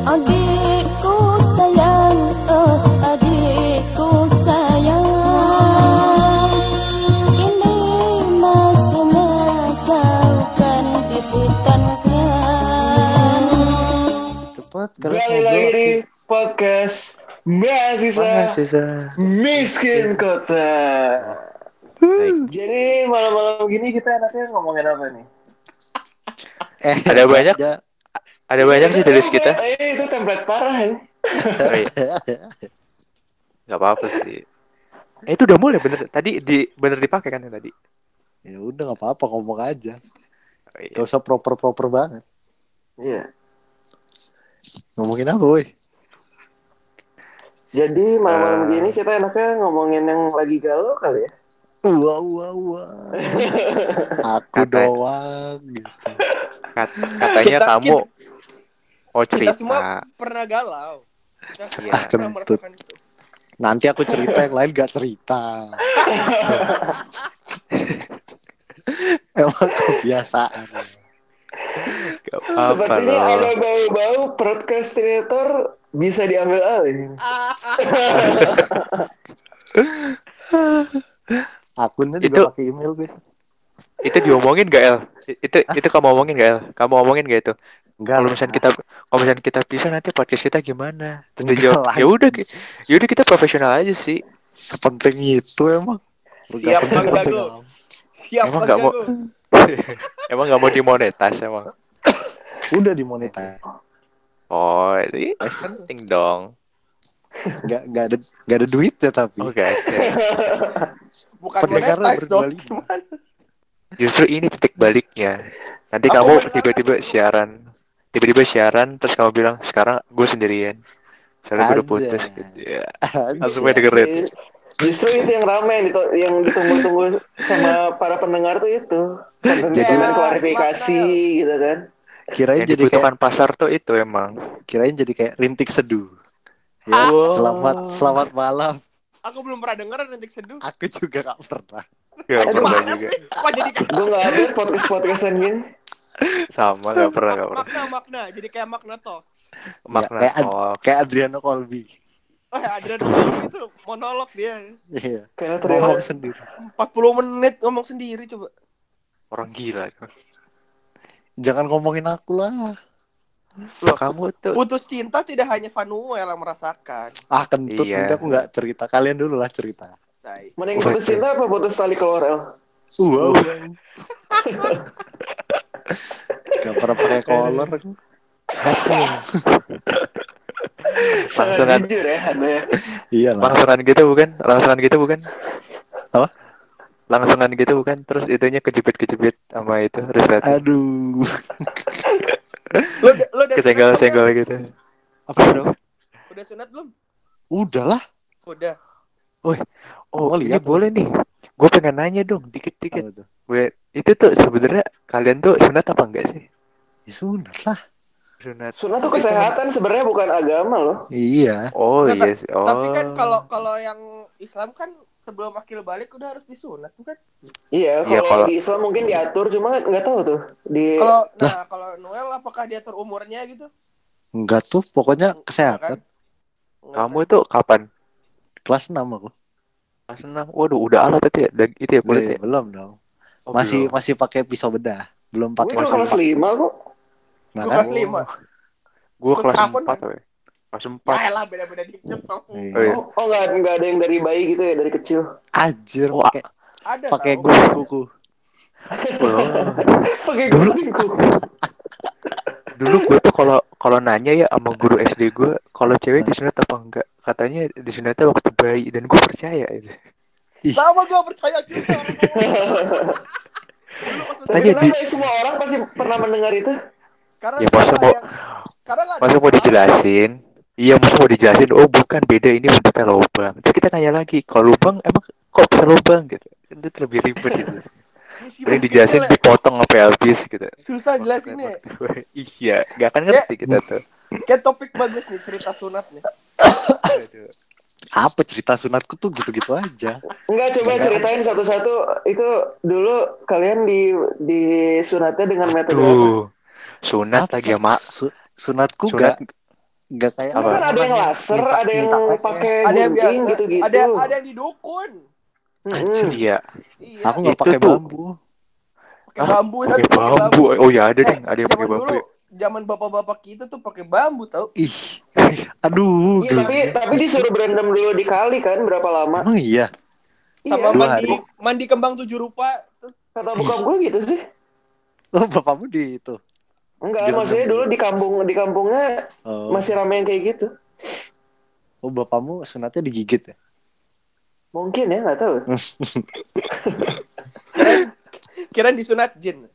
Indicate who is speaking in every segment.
Speaker 1: Adikku sayang, oh adikku sayang, kini masanya kau kan dihitankan.
Speaker 2: Cepat
Speaker 3: Kembali lagi di podcast Mahasiswa Miskin Kota. Jadi malam-malam gini kita enaknya ngomongin apa nih?
Speaker 4: Ada banyak sih tulis kita.
Speaker 3: Itu template parah ya.
Speaker 4: Oh, iya. Gak apa-apa sih. Itu udah mulai bener. Tadi bener dipakai kan yang tadi.
Speaker 2: Ya udah nggak apa-apa, ngomong aja.
Speaker 4: Oh, iya.
Speaker 2: Gak usah proper banget.
Speaker 3: Iya.
Speaker 2: Ngomongin apa, woi?
Speaker 3: Jadi malam-malam gini kita enaknya ngomongin yang lagi galau kali ya.
Speaker 2: Wah. Aku
Speaker 4: Kata-
Speaker 2: doang gitu.
Speaker 4: Katanya
Speaker 5: Kita-
Speaker 4: kamu mau
Speaker 5: Kita
Speaker 4: cerita.
Speaker 5: semua pernah galau. Kita semua
Speaker 4: Iya.
Speaker 5: pernah
Speaker 2: Kentut.
Speaker 5: merasakan itu.
Speaker 2: Nanti aku cerita, yang lain gak cerita. Emang kebiasaan.
Speaker 4: Gak apa-apa
Speaker 3: Sepertinya
Speaker 4: loh.
Speaker 3: ada bau-bau procrastinator bisa diambil alih.
Speaker 2: Akunnya
Speaker 4: Itu-
Speaker 2: juga pakai email gue.
Speaker 4: Itu diomongin gak El? Itu kamu omongin gak El? Kamu omongin gak itu?
Speaker 2: Enggak.
Speaker 4: Kalau misalnya kita pisah nanti podcast kita gimana? Terus dia
Speaker 2: Enggak
Speaker 4: jawab,
Speaker 2: lah.
Speaker 4: ya udah kita profesional aja sih.
Speaker 2: Sepenting itu emang.
Speaker 5: Siap Bang
Speaker 2: Penting
Speaker 5: Jago.
Speaker 2: amat.
Speaker 5: Siap
Speaker 4: Emang
Speaker 5: Bang
Speaker 4: nggak mau-
Speaker 5: Jago.
Speaker 4: Emang nggak mau dimonetas emang?
Speaker 2: Udah dimonetize.
Speaker 4: Oh, ini penting dong.
Speaker 2: Gak ada duitnya tapi.
Speaker 4: Oh gak ada.
Speaker 5: Bukan
Speaker 2: Pendengarnya
Speaker 5: monetize dong.
Speaker 2: berdua-lima.
Speaker 5: Gimana?
Speaker 4: Justru ini titik baliknya. Nanti
Speaker 5: Aku
Speaker 4: kamu
Speaker 5: mendengar-
Speaker 4: tiba-tiba siaran, terus kamu bilang sekarang gue sendirian. Soalnya gue udah putus
Speaker 2: Anjay.
Speaker 4: gitu ya.
Speaker 2: Anjay.
Speaker 4: Langsung aja dengerin.
Speaker 3: Justru itu yang ramai yang ditunggu-tunggu sama para pendengar tuh itu. Konten
Speaker 2: Jadi-
Speaker 3: klarifikasi gitu kan.
Speaker 2: Kirain
Speaker 4: Yang
Speaker 2: jadi kayak
Speaker 4: dibutuhkan pasar tuh itu emang.
Speaker 2: kayak rintik seduh. Ya,
Speaker 4: Wow.
Speaker 2: selamat malam.
Speaker 5: Aku belum pernah dengar Rintik Seduh.
Speaker 2: Aku juga gak pernah.
Speaker 4: Gak pernah
Speaker 5: Gimana
Speaker 4: juga.
Speaker 5: sih? Kok jadi kayak
Speaker 3: Gue nggak update podcastan gini.
Speaker 4: Sama gak pernah.
Speaker 5: makna. Jadi kayak makna talk.
Speaker 4: Makna
Speaker 2: kayak
Speaker 4: talk.
Speaker 2: kayak Adriano Colby.
Speaker 5: Oh ya, Adrian Colby itu monolog dia.
Speaker 2: Iya.
Speaker 3: Kayak
Speaker 2: Ngomong
Speaker 3: terlihat
Speaker 2: sendiri.
Speaker 5: 40 menit ngomong sendiri coba.
Speaker 4: Orang gila.
Speaker 2: Jangan ngomongin aku lah.
Speaker 5: Loh,
Speaker 4: Kamu tuh.
Speaker 5: putus cinta tidak hanya Vanuel yang merasakan.
Speaker 2: Ah kentut,
Speaker 4: Iya.
Speaker 2: udah aku gak cerita. Kalian dulu lah cerita.
Speaker 5: Nah,
Speaker 3: mending putus cinta apa putus tali keluar El?
Speaker 2: Wow. Gak pernah pakai kolor.
Speaker 3: Sangat
Speaker 4: Langsungan.
Speaker 3: jujur ya Anda ya.
Speaker 2: Iya lah.
Speaker 4: Langsungan gitu bukan?
Speaker 2: Apa?
Speaker 4: Langsungan gitu bukan? Terus itunya kejepit sama itu resleting.
Speaker 2: Aduh.
Speaker 5: lo udah
Speaker 4: Kesenggol-senggol
Speaker 5: sunat
Speaker 4: gitu.
Speaker 2: Apa udah?
Speaker 5: belum? Udah sunat belum?
Speaker 2: Udah lah.
Speaker 5: Udah.
Speaker 4: Oh,
Speaker 2: Mau
Speaker 4: ini
Speaker 2: lihat,
Speaker 4: boleh nih. Gue pengen nanya dong, dikit-dikit.
Speaker 2: Apa tuh?
Speaker 4: Gue itu tuh sebenarnya kalian tuh sunat apa enggak sih?
Speaker 2: Ya sunat lah.
Speaker 4: Sunat.
Speaker 3: Sunat tuh kesehatan sebenarnya bukan agama loh.
Speaker 2: Iya.
Speaker 4: Oh
Speaker 5: Nggak,
Speaker 4: iya sih. Oh.
Speaker 5: Tapi kan kalau yang Islam kan sebelum akil balik udah harus disunat bukan?
Speaker 3: Iya,
Speaker 4: Iya,
Speaker 3: kalau
Speaker 4: kalau-
Speaker 3: di Islam mungkin diatur, cuma nggak tahu tuh di.
Speaker 5: Kalau Noel apakah diatur umurnya gitu?
Speaker 2: Enggak tuh. Pokoknya
Speaker 5: Enggak
Speaker 2: kesehatan.
Speaker 5: Enggak
Speaker 4: Kamu
Speaker 5: kan?
Speaker 4: itu kapan?
Speaker 2: Kelas 6 aku.
Speaker 4: Kelas 6. Waduh, udah alat itu ya. Itu ya boleh ya.
Speaker 2: Belum dong.
Speaker 4: Oh,
Speaker 2: Masih
Speaker 4: belum.
Speaker 2: masih pakai pisau bedah. Belum
Speaker 3: Gue
Speaker 2: pakai
Speaker 3: kan kelas 5 kok.
Speaker 2: Nah,
Speaker 5: Gua
Speaker 2: kan?
Speaker 5: kelas 5.
Speaker 4: Gue kelas
Speaker 5: Kapan,
Speaker 4: 4 ya. Kelas 4.
Speaker 5: Ya elah beda-beda dikit sama.
Speaker 2: Iya.
Speaker 4: Oh, iya.
Speaker 3: Oh nggak ada yang dari bayi gitu ya, dari kecil.
Speaker 2: Anjir,
Speaker 4: Wah.
Speaker 5: Ada
Speaker 2: pakai
Speaker 5: tahu.
Speaker 2: gunting kuku.
Speaker 4: Oh.
Speaker 3: Pakai
Speaker 4: Dulu-
Speaker 3: guntingku.
Speaker 4: Dulu gue tuh kalau nanya ya sama guru SD gue, kalau cewek disunat apa enggak? Katanya disunatnya waktu bayi dan gue percaya itu.
Speaker 5: Sama gua percaya juga orang ngomong. Dulu pas masih
Speaker 3: Tapi
Speaker 4: Tanya
Speaker 3: kenapa ya semua orang pasti pernah mendengar itu?
Speaker 5: karena
Speaker 4: Ya,
Speaker 5: nggak
Speaker 4: masa
Speaker 5: ada
Speaker 4: mau-
Speaker 5: yang- karena nggak ada
Speaker 4: Masa
Speaker 5: yang
Speaker 4: mau
Speaker 5: tahu.
Speaker 4: dijelasin? Iya, masa mau dijelasin? Oh, bukan, beda, ini bentuknya lubang. Terus kita nanya lagi, kalau lubang emang kok bisa lubang gitu? Kan itu lebih ribet gitu.
Speaker 5: Ya, si
Speaker 4: Ini
Speaker 5: masih
Speaker 4: dijelasin
Speaker 5: kecil ya.
Speaker 4: dipotong sampai habis gitu.
Speaker 5: Susah jelasinnya.
Speaker 4: Iya, gak akan ngerti kita tuh.
Speaker 5: Kayak topik bagus nih cerita sunat nih.
Speaker 4: Aduh.
Speaker 2: Apa cerita sunatku tuh gitu-gitu aja.
Speaker 3: Enggak, coba ceritain satu-satu. Itu dulu kalian di sunatnya dengan metode apa?
Speaker 4: Aduh, sunat
Speaker 2: Apa?
Speaker 4: lagi sama
Speaker 2: Sunatku
Speaker 4: sunat.
Speaker 2: gak Nggak kayak
Speaker 4: Apa?
Speaker 3: Kan ada yang laser, ada yang pakai
Speaker 5: Ada yang
Speaker 3: gunting
Speaker 5: biasa,
Speaker 3: gitu-gitu.
Speaker 5: ada yang di dukun.
Speaker 3: Mm-mm.
Speaker 4: Iya.
Speaker 5: Iya.
Speaker 2: Aku nggak
Speaker 4: Itu
Speaker 2: pakai
Speaker 4: tuh.
Speaker 2: bambu.
Speaker 5: Pakai
Speaker 4: Hah?
Speaker 5: bambu,
Speaker 4: Pakai
Speaker 5: satu pakai
Speaker 4: bambu.
Speaker 5: bambu.
Speaker 4: Oh ya ada deh, ada yang pakai
Speaker 5: Zaman
Speaker 4: bambu.
Speaker 5: dulu,
Speaker 4: Ya.
Speaker 5: zaman bapak-bapak kita tuh pakai bambu tau.
Speaker 2: Ih, aduh,
Speaker 3: Iya, tapi disuruh berendam dulu di kali kan berapa lama?
Speaker 2: Emang iya.
Speaker 5: Sama
Speaker 3: Iya.
Speaker 2: 2 hari.
Speaker 5: mandi kembang 7 rupa.
Speaker 3: Kata bokap gue gitu sih.
Speaker 2: Oh, bapakmu di itu.
Speaker 3: Enggak,
Speaker 2: Direndam
Speaker 3: maksudnya dulu
Speaker 2: dulu.
Speaker 3: di kampungnya
Speaker 2: Oh,
Speaker 3: masih ramai yang kayak gitu.
Speaker 2: oh bapakmu sunatnya digigit ya?
Speaker 3: Mungkin ya, nggak tahu.
Speaker 5: Kirain disunat jin.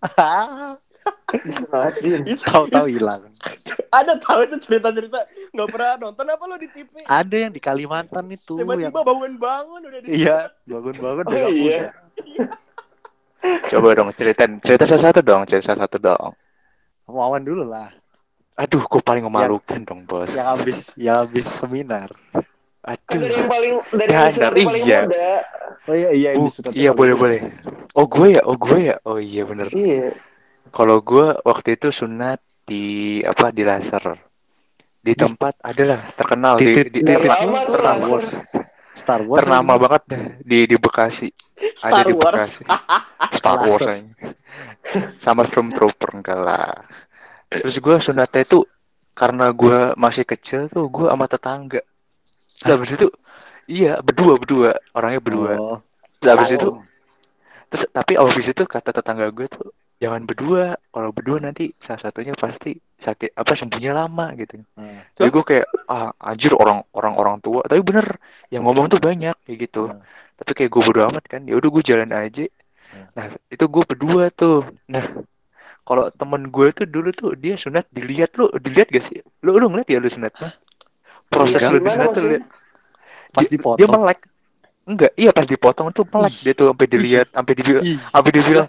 Speaker 3: Disunajin.
Speaker 2: Tahu-tahu hilang.
Speaker 5: Ada tahu itu cerita-cerita nggak pernah nonton apa lo di TV?
Speaker 2: Ada yang di Kalimantan itu
Speaker 5: Tiba-tiba
Speaker 2: yang
Speaker 5: bangun-bangun udah di
Speaker 2: iya, bangun-bangun
Speaker 3: Oh,
Speaker 2: udah nggak
Speaker 3: iya.
Speaker 2: punya.
Speaker 4: Coba dong cerita cerita satu dong.
Speaker 2: Wawan dulu lah.
Speaker 4: Aduh, kok paling memalukan dong, Bos.
Speaker 2: Yang habis seminar.
Speaker 3: Kan
Speaker 4: Aduh.
Speaker 3: dari yang paling
Speaker 4: Ya,
Speaker 3: disunat yang paling
Speaker 4: iya.
Speaker 3: muda.
Speaker 2: Oh iya yang
Speaker 4: Oh,
Speaker 2: disunat.
Speaker 4: iya boleh. Oh gue ya. Oh iya bener.
Speaker 3: Iya.
Speaker 4: Kalau gue waktu itu sunat di di laser. Di tempat adalah terkenal di
Speaker 3: Lama tuh
Speaker 2: Star
Speaker 3: laser.
Speaker 2: Wars. Star Wars
Speaker 4: ternama
Speaker 2: ini.
Speaker 4: banget deh di Bekasi.
Speaker 5: Star
Speaker 4: Ada di
Speaker 5: Wars.
Speaker 4: Bekasi. Star Wars
Speaker 2: Laser.
Speaker 4: aja. Sama Stormtrooper enggak lah. Terus gue sunatnya itu karena gue masih kecil tuh gue sama tetangga. Terus habis itu iya berdua orangnya berdua.
Speaker 2: Oh,
Speaker 4: Terus habis itu
Speaker 2: tahun.
Speaker 4: terus tapi habis itu kata tetangga gue tuh jangan berdua. Kalau berdua nanti salah satunya pasti sakit sembuhnya lama gitu.
Speaker 2: Nah,
Speaker 4: Jadi gue kayak anjir orang tua. Tapi bener yang ngomong tuh banyak kayak gitu.
Speaker 2: nah.
Speaker 4: Tapi kayak gue bodo amat kan. Ya udah gue jalan aja. Nah itu gue berdua tuh. Nah kalau temen gue tuh dulu tuh dia sunat dilihat gak sih? Lu ngeliat ya lu sunat? Proses
Speaker 3: Iya,
Speaker 4: lu
Speaker 3: gimana
Speaker 4: sunat tuh
Speaker 3: maksudnya?
Speaker 4: liat.
Speaker 2: Pas
Speaker 4: Dia
Speaker 2: dipotong.
Speaker 4: melek. Enggak, iya pas dipotong tuh melek dia tuh sampai dilihat, sampai dibilang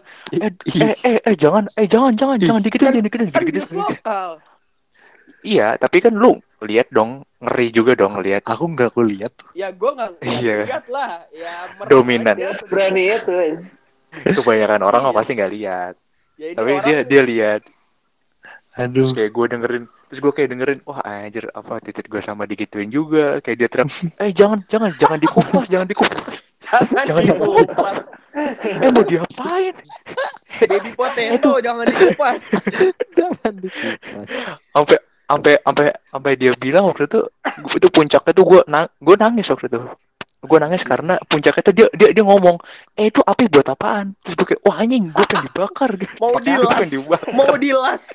Speaker 4: jangan dikitin.
Speaker 5: Kan bius lokal.
Speaker 4: Iya, tapi kan lu lihat dong, ngeri juga dong lihat.
Speaker 2: Aku nggak kulihat.
Speaker 5: Ya gue nggak
Speaker 4: Iya.
Speaker 5: lihat lah. Ya merem
Speaker 4: Dominan.
Speaker 5: aja.
Speaker 3: Berani itu.
Speaker 4: Kebanyakan orang mah
Speaker 5: Iya.
Speaker 4: pasti nggak lihat.
Speaker 5: Ya ini
Speaker 4: Tapi
Speaker 5: orang
Speaker 4: dia lihat.
Speaker 2: Aduh.
Speaker 4: Kayak gue dengerin, wah anjir titik gue sama digituin juga. Kayak dia teriak, jangan dikupas.
Speaker 5: jangan
Speaker 4: Jangan
Speaker 5: dikupas.
Speaker 4: Mau diapain?
Speaker 5: Baby potato jangan dikupas.
Speaker 2: Jangan dikupas.
Speaker 4: Sampai dia bilang waktu itu puncaknya tuh gue nangis waktu itu. Gue nangis karena puncaknya tuh dia ngomong, itu api buat apaan? Terus gue kayak, wah anjing, gue pengen dibakar gitu.
Speaker 5: Mau dilas.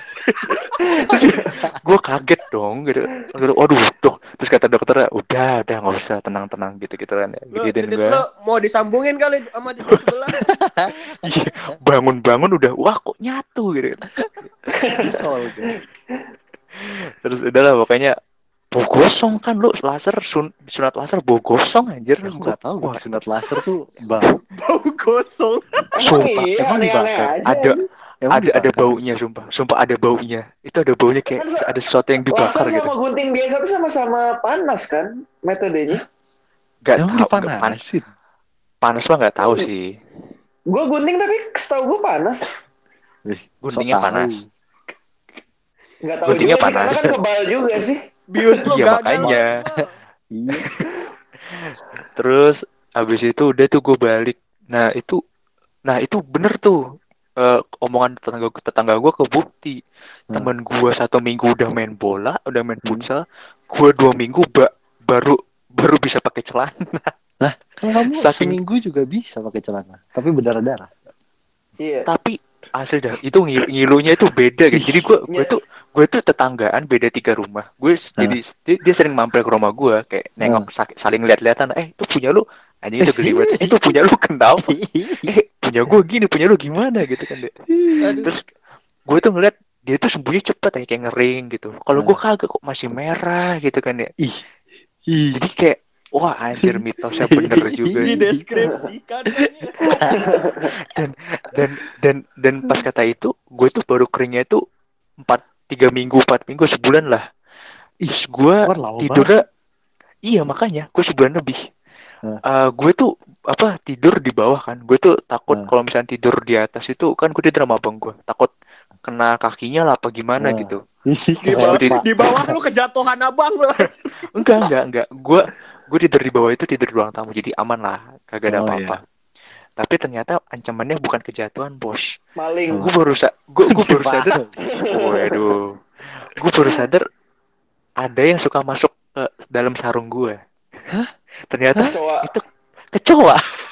Speaker 4: Gue kaget dong gitu. Waduh, terus kata dokternya, udah nggak usah, tenang gitu kan ya. Gituin gue.
Speaker 5: Lo mau disambungin kali sama titik sebelah.
Speaker 4: Iya, bangun udah, wah kok nyatu gitu.
Speaker 2: Soal gitu.
Speaker 4: Terus udahlah pokoknya bau gosong kan lu laser sunat laser bau gosong anjir.
Speaker 2: Aku nggak tahu.
Speaker 4: Wah,
Speaker 2: Sunat laser tuh bau.
Speaker 5: Bau gosong.
Speaker 3: Emang
Speaker 4: sumpah,
Speaker 3: iya,
Speaker 4: emang
Speaker 3: aneh-aneh
Speaker 4: dibakar.
Speaker 3: aja.
Speaker 2: Emang
Speaker 4: Ada
Speaker 2: dibakar?
Speaker 4: baunya sumpah ada baunya. Itu ada baunya kayak
Speaker 3: Kan
Speaker 4: ada sesuatu yang dibakar
Speaker 3: Laser
Speaker 4: gitu.
Speaker 3: sama gunting biasa tuh sama-sama panas kan metodenya.
Speaker 4: Gak
Speaker 2: Emang
Speaker 4: tahu
Speaker 2: dipanasin?
Speaker 4: panas mah nggak tahu sih.
Speaker 3: Gue gunting tapi setahu gue panas.
Speaker 4: Guntingnya
Speaker 2: So tahu.
Speaker 4: panas.
Speaker 3: Nggak tahu
Speaker 4: Guntingnya
Speaker 3: juga sih
Speaker 4: panas.
Speaker 3: karena kan kebal juga sih.
Speaker 5: Bius lo
Speaker 4: Iya,
Speaker 5: gagal.
Speaker 4: makanya.
Speaker 2: Iya.
Speaker 4: Terus abis itu udah tuh gue balik. Nah itu bener tuh omongan tetangga gue kebukti. Temen gue 1 minggu udah main bola, udah main futsal. Gue 2 minggu baru bisa pakai celana.
Speaker 2: Lah, kan kamu
Speaker 4: Saking-
Speaker 2: seminggu juga bisa pakai celana, tapi berdarah-darah.
Speaker 3: Iya.
Speaker 4: Tapi asli dah itu ngilunya itu beda gitu. Jadi gue tuh tetanggaan beda 3 rumah. Jadi dia sering mampir ke rumah gue kayak nengok saling lihat-lihatan. Itu punya lu anjing itu gede banget. Itu punya lu kenapa? Punya gue gini, punya lu gimana gitu kan dia. Terus gue tuh ngeliat dia tuh sembuhnya cepet kayak ngering gitu. Kalau gue kagak kok masih merah gitu kan ya.
Speaker 2: Ih.
Speaker 4: Jadi kayak wah anjir mitosnya bener juga.
Speaker 5: Dideskripsikan.
Speaker 4: Dan pas kata itu gue tuh baru keringnya itu 3 minggu 4 minggu sebulan lah. Terus gue tidurnya iya makanya gue sebulan lebih. Gue tuh tidur di bawah kan. Gue tuh takut kalau misalnya tidur di atas itu kan gue tidur sama abang gue. Takut kena kakinya lah apa gimana
Speaker 2: Wah.
Speaker 4: gitu.
Speaker 5: Di bawah lu kejatuhan abang lu.
Speaker 4: Enggak. Gue tidur di bawah itu, tidur di ruang tamu, jadi aman lah, kagak ada
Speaker 2: Oh,
Speaker 4: apa-apa. Tapi ternyata ancamannya bukan kejatuhan, bos.
Speaker 3: Maling.
Speaker 4: Gue baru sadar. Waduh. Gue baru sadar ada yang suka masuk ke dalam sarung gue. Ternyata
Speaker 3: Kecoa.
Speaker 4: itu kecoa.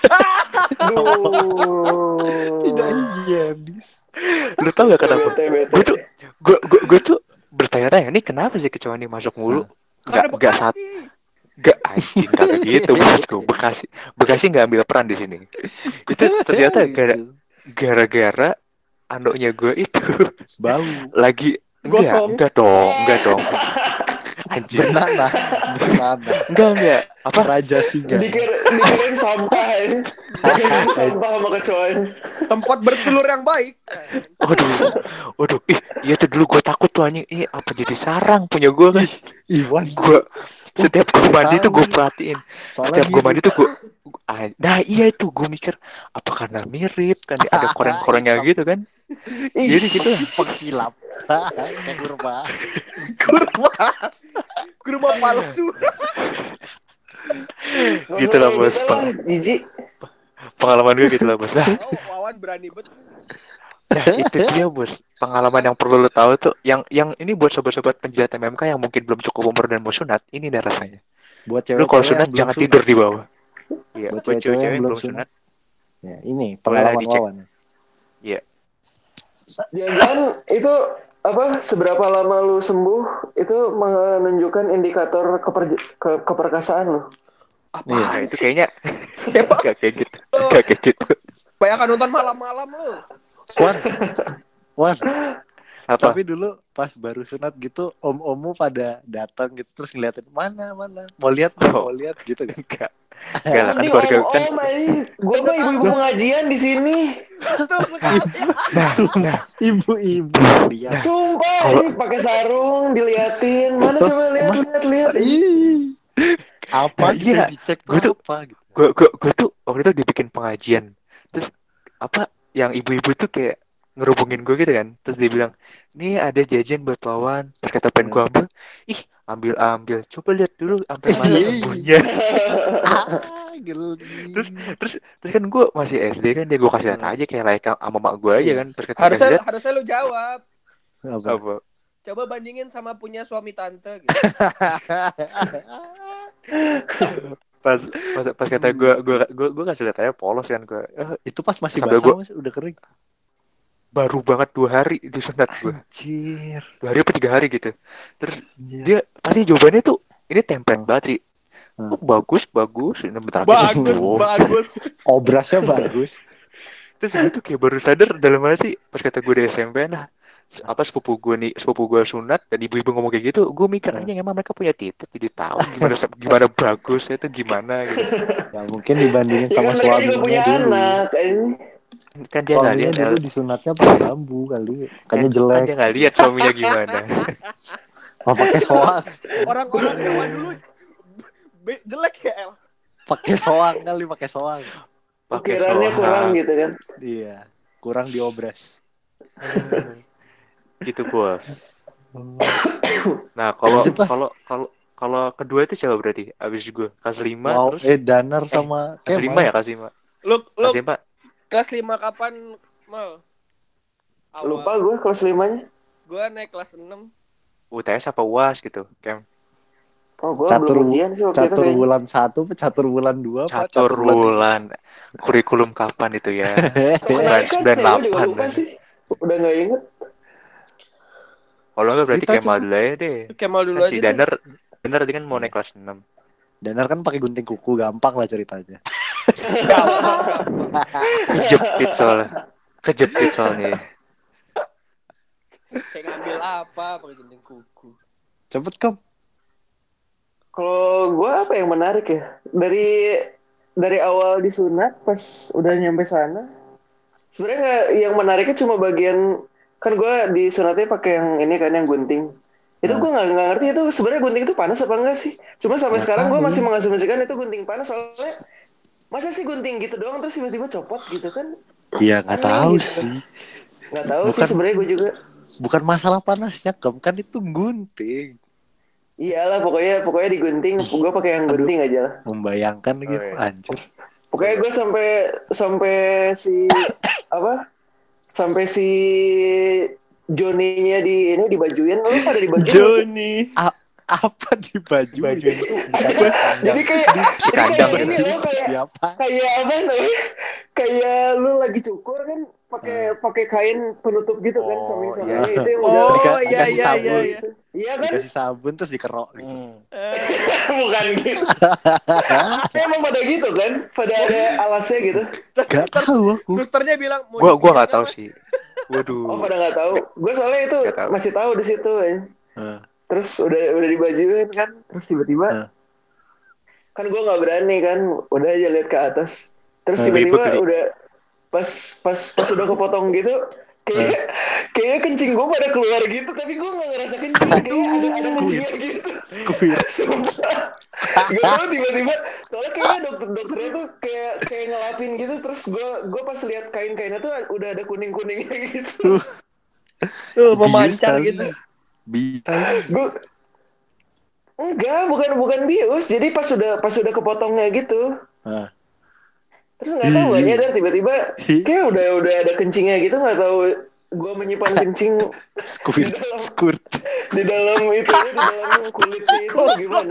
Speaker 2: Tidak higienis.
Speaker 4: Lu tau gak kenapa?
Speaker 3: Bete.
Speaker 4: Gue tuh bertanya-tanya, ini kenapa sih kecoa ini masuk mulu?
Speaker 5: Karena
Speaker 4: Gak anjing, kagak gitu bosku. Bekasi nggak ambil peran di sini. Itu ternyata gara-gara andoknya gue itu
Speaker 2: Bau.
Speaker 4: lagi
Speaker 5: Gosong.
Speaker 4: enggak dong. Anjir.
Speaker 2: Bernanah.
Speaker 4: Enggak. Apa?
Speaker 2: Raja singa.
Speaker 3: Dikirain sampah ya. Dikirain sampah sama kecoa.
Speaker 5: Tempat bertelur yang baik.
Speaker 4: Waduh. Iya tuh dulu gue takut tuh anjing. Apa jadi sarang punya gue kan?
Speaker 2: Iwan.
Speaker 4: Gue setiap gue mandi tuh gue perhatiin.
Speaker 2: Soalnya
Speaker 4: Setiap gue mandi tuh nah iya itu gue mikir apa karena mirip kan ada koreng-korengnya gitu kan. Jadi gitu.
Speaker 2: Pengkilap. Kayak kurma.
Speaker 5: Kurma palsu.
Speaker 4: Gitu lah bos.
Speaker 3: Jijik.
Speaker 4: Pengalaman gue gitu lah bos.
Speaker 5: Wawan berani bet.
Speaker 4: Nah itu dia bos, pengalaman yang perlu lo tahu tuh, yang ini buat sobat-sobat penjilat MMK yang mungkin belum cukup umur dan mau sunat, ini dah rasanya.
Speaker 2: Buat
Speaker 4: Lu
Speaker 2: cewek-cewek
Speaker 4: kalau sunat jangan tidur di bawah. Iya,
Speaker 2: Buat
Speaker 4: buat
Speaker 2: cewek-cewek
Speaker 4: cewek-cewek
Speaker 2: yang
Speaker 4: belum
Speaker 2: belum
Speaker 4: sunat.
Speaker 2: Ya, ini pengalaman
Speaker 4: dicek.
Speaker 2: Wawan.
Speaker 4: Iya.
Speaker 3: Jangan itu apa? Seberapa lama lu sembuh itu menunjukkan indikator keperkasaan lu.
Speaker 4: Nah, itu kayaknya
Speaker 5: Apa?
Speaker 4: gak kayak gitu.
Speaker 5: Bayangkan nonton malam-malam lu.
Speaker 2: Wan.
Speaker 4: Apa?
Speaker 2: Tapi dulu pas baru sunat gitu, om-omu pada datang gitu terus ngeliatin mana. Mau lihat gitu kan.
Speaker 4: Enggak lah kan keluarga kan.
Speaker 3: Gue mah ibu-ibu pengajian di sini.
Speaker 5: Betul sekali.
Speaker 4: Nah,
Speaker 2: Ibu-ibu lihat.
Speaker 3: Sumpah, ini pakai sarung diliatin. Mana coba lihat.
Speaker 2: Ih. Apa gitu
Speaker 4: Iya.
Speaker 2: dicek
Speaker 4: Gua tuh-
Speaker 2: apa gitu.
Speaker 4: gue tuh waktu itu dibikin pengajian. Terus apa yang ibu-ibu tuh kayak ngerubungin gue gitu kan. Terus dia bilang, "Nih ada jajan buat Wawan." Terus kata pengen gue ambil. Ih, ambil. Coba lihat dulu sampai mana sembuhnya.
Speaker 2: Geli.
Speaker 4: Terus kan gue masih SD kan, dia gue kasih lihat aja kayak like sama mak gue aja kan. Terus kata
Speaker 5: Harusnya lu jawab.
Speaker 2: Apa?
Speaker 5: Coba bandingin sama punya suami tante gitu.
Speaker 4: pas kata gue kasih lihat aja polos kan gue.
Speaker 2: Itu pas masih
Speaker 4: Sampai
Speaker 2: basah Mas, udah kering.
Speaker 4: Baru banget 2 hari disunat gue.
Speaker 2: Anjir.
Speaker 4: 2 hari apa 3 hari gitu. Terus
Speaker 2: Anjir.
Speaker 4: dia pasti jawabannya tuh ini template banget sih.
Speaker 2: Hmm.
Speaker 4: Oh, bagus. Ini bentar lagi sembuh.
Speaker 5: Bagus.
Speaker 2: Obrasnya bagus.
Speaker 4: Terus gue tuh kayak baru sadar dalam mana sih pas kata gue di SMP nah apa sepupu gue sunat dan ibu-ibu ngomong kayak gitu, gue mikir aja emang mereka punya titik jadi tahu gimana bagus itu gimana gitu.
Speaker 2: Ya mungkin dibandingin
Speaker 3: Ya
Speaker 2: sama
Speaker 3: kan mereka juga punya
Speaker 2: suaminya dulu.
Speaker 3: anak.
Speaker 4: Kan dia nggak
Speaker 2: Suaminya
Speaker 4: lihat
Speaker 2: dulu disunatnya pakai bambu kali. Kayaknya jelek.
Speaker 4: dia nggak lihat suaminya gimana.
Speaker 2: Mau pakai soang.
Speaker 5: Orang-orang zaman dulu jelek ya El.
Speaker 2: Pakai soang kali, pakai soang.
Speaker 3: Ukirannya kurang gitu kan.
Speaker 2: Iya, kurang diobras.
Speaker 4: Gitu bos. Nah kalau
Speaker 2: Lanjut lah.
Speaker 4: kalau kedua itu siapa berarti abis gue kelas 5
Speaker 2: Wow,
Speaker 4: terus
Speaker 2: Danar sama
Speaker 4: kelas 5 ya kelas 5
Speaker 5: Lu
Speaker 4: kelas 5
Speaker 5: kelas 5 kapan, Mal?
Speaker 3: Lupa gue kelas 5-nya.
Speaker 5: Gue naik kelas 6.
Speaker 4: UTS apa UAS gitu Kem.
Speaker 3: Oh, gue belum ujian sih waktu itu
Speaker 2: catur
Speaker 3: kayaknya.
Speaker 2: bulan 1 apa catur bulan 2 apa
Speaker 4: Catur bulan kurikulum kapan itu ya?
Speaker 3: Kenaikan ya, gue juga
Speaker 4: 98
Speaker 3: lupa sih. Udah gak inget.
Speaker 4: Kalau enggak berarti
Speaker 2: Cerita
Speaker 4: Kemal dulu aja deh.
Speaker 5: Kemal dulu
Speaker 4: Kan
Speaker 5: aja
Speaker 4: si
Speaker 5: deh.
Speaker 4: Danar tadi kan mau naik kelas 6.
Speaker 2: Danar kan pakai gunting kuku, gampang lah ceritanya.
Speaker 4: Kejepit soalnya.
Speaker 5: Kayak ngambil apa pakai gunting kuku.
Speaker 2: Cepet Kom.
Speaker 3: Kalau gue apa yang menarik ya? Dari awal disunat pas udah nyampe sana. Sebenarnya yang menariknya cuma bagian kan gue disunatnya pakai yang ini kan yang gunting. Itu gue nggak ngerti itu sebenarnya gunting itu panas apa enggak sih? Cuma sampai sekarang gue masih mengasumsikan itu gunting panas soalnya masa sih gunting gitu doang terus tiba-tiba copot gitu kan?
Speaker 2: Iya nggak
Speaker 3: Aneh
Speaker 2: tahu
Speaker 3: gitu.
Speaker 2: sih.
Speaker 3: Nggak tahu sih
Speaker 2: Bukan.
Speaker 3: sebenarnya gue juga.
Speaker 2: Bukan masalah panasnya, kan itu gunting.
Speaker 3: Iyalah pokoknya digunting, gue pakai yang gunting aja lah.
Speaker 2: Membayangkan gitu,
Speaker 4: iya.
Speaker 2: anjir.
Speaker 3: Pokoknya gue sampai si apa? Sampai si Joninya dibajuin, lu pada dibajuin.
Speaker 5: Joni.
Speaker 2: Apa di baju?
Speaker 4: Bajuin tuh
Speaker 3: Jadi kayak
Speaker 4: kandang
Speaker 3: ini
Speaker 4: gitu.
Speaker 3: loh kayak
Speaker 2: Apa?
Speaker 3: kayak apa namanya? Kayak lu lagi cukur kan pakai kain penutup gitu kan
Speaker 2: Oh,
Speaker 3: samping-sampingnya
Speaker 2: iya.
Speaker 3: itu yang udah
Speaker 5: Oh
Speaker 2: Dikasih
Speaker 5: iya iya
Speaker 2: sabun.
Speaker 5: iya iya.
Speaker 3: iya kan?
Speaker 2: Dikasih sabun terus dikerok gitu.
Speaker 3: Bukan gitu. Emang pada gitu kan? Pada ada alasnya gitu.
Speaker 2: Gak tahu aku.
Speaker 5: Susternya bilang mau
Speaker 4: Gua
Speaker 5: dipijat
Speaker 4: nggak tahu
Speaker 5: Mas?
Speaker 4: sih. Waduh.
Speaker 3: Oh pada nggak tahu. Gue soalnya itu
Speaker 4: Nggak tahu.
Speaker 3: masih tahu di situ.
Speaker 2: Eh,
Speaker 3: Terus udah dibajuin kan. Terus tiba-tiba kan gue nggak berani kan. Udah aja lihat ke atas. Terus tiba-tiba
Speaker 4: Geli.
Speaker 3: udah pas udah kepotong gitu. Kayak kencing gue pada keluar gitu. Tapi gue nggak ngerasa kencing. Kayak ada kencingnya gitu.
Speaker 2: Squid.
Speaker 3: Sumpah. Gak tau tiba-tiba. Soalnya kayaknya dokternya tuh kayak ngelapin gitu. Terus gue pas lihat kain-kainnya tuh udah ada kuning-kuningnya gitu.
Speaker 5: Tuh memancar
Speaker 2: Bius kali.
Speaker 5: gitu.
Speaker 3: Gue enggak, bukan bius. Jadi pas udah kepotongnya gitu.
Speaker 2: Ah.
Speaker 3: Terus nggak tahu gak nyadar tiba-tiba kayak udah ada kencingnya gitu. Nggak tahu gue menyimpan kencing
Speaker 2: Squid.
Speaker 3: di dalam itu, di dalam kulitnya itu gimana?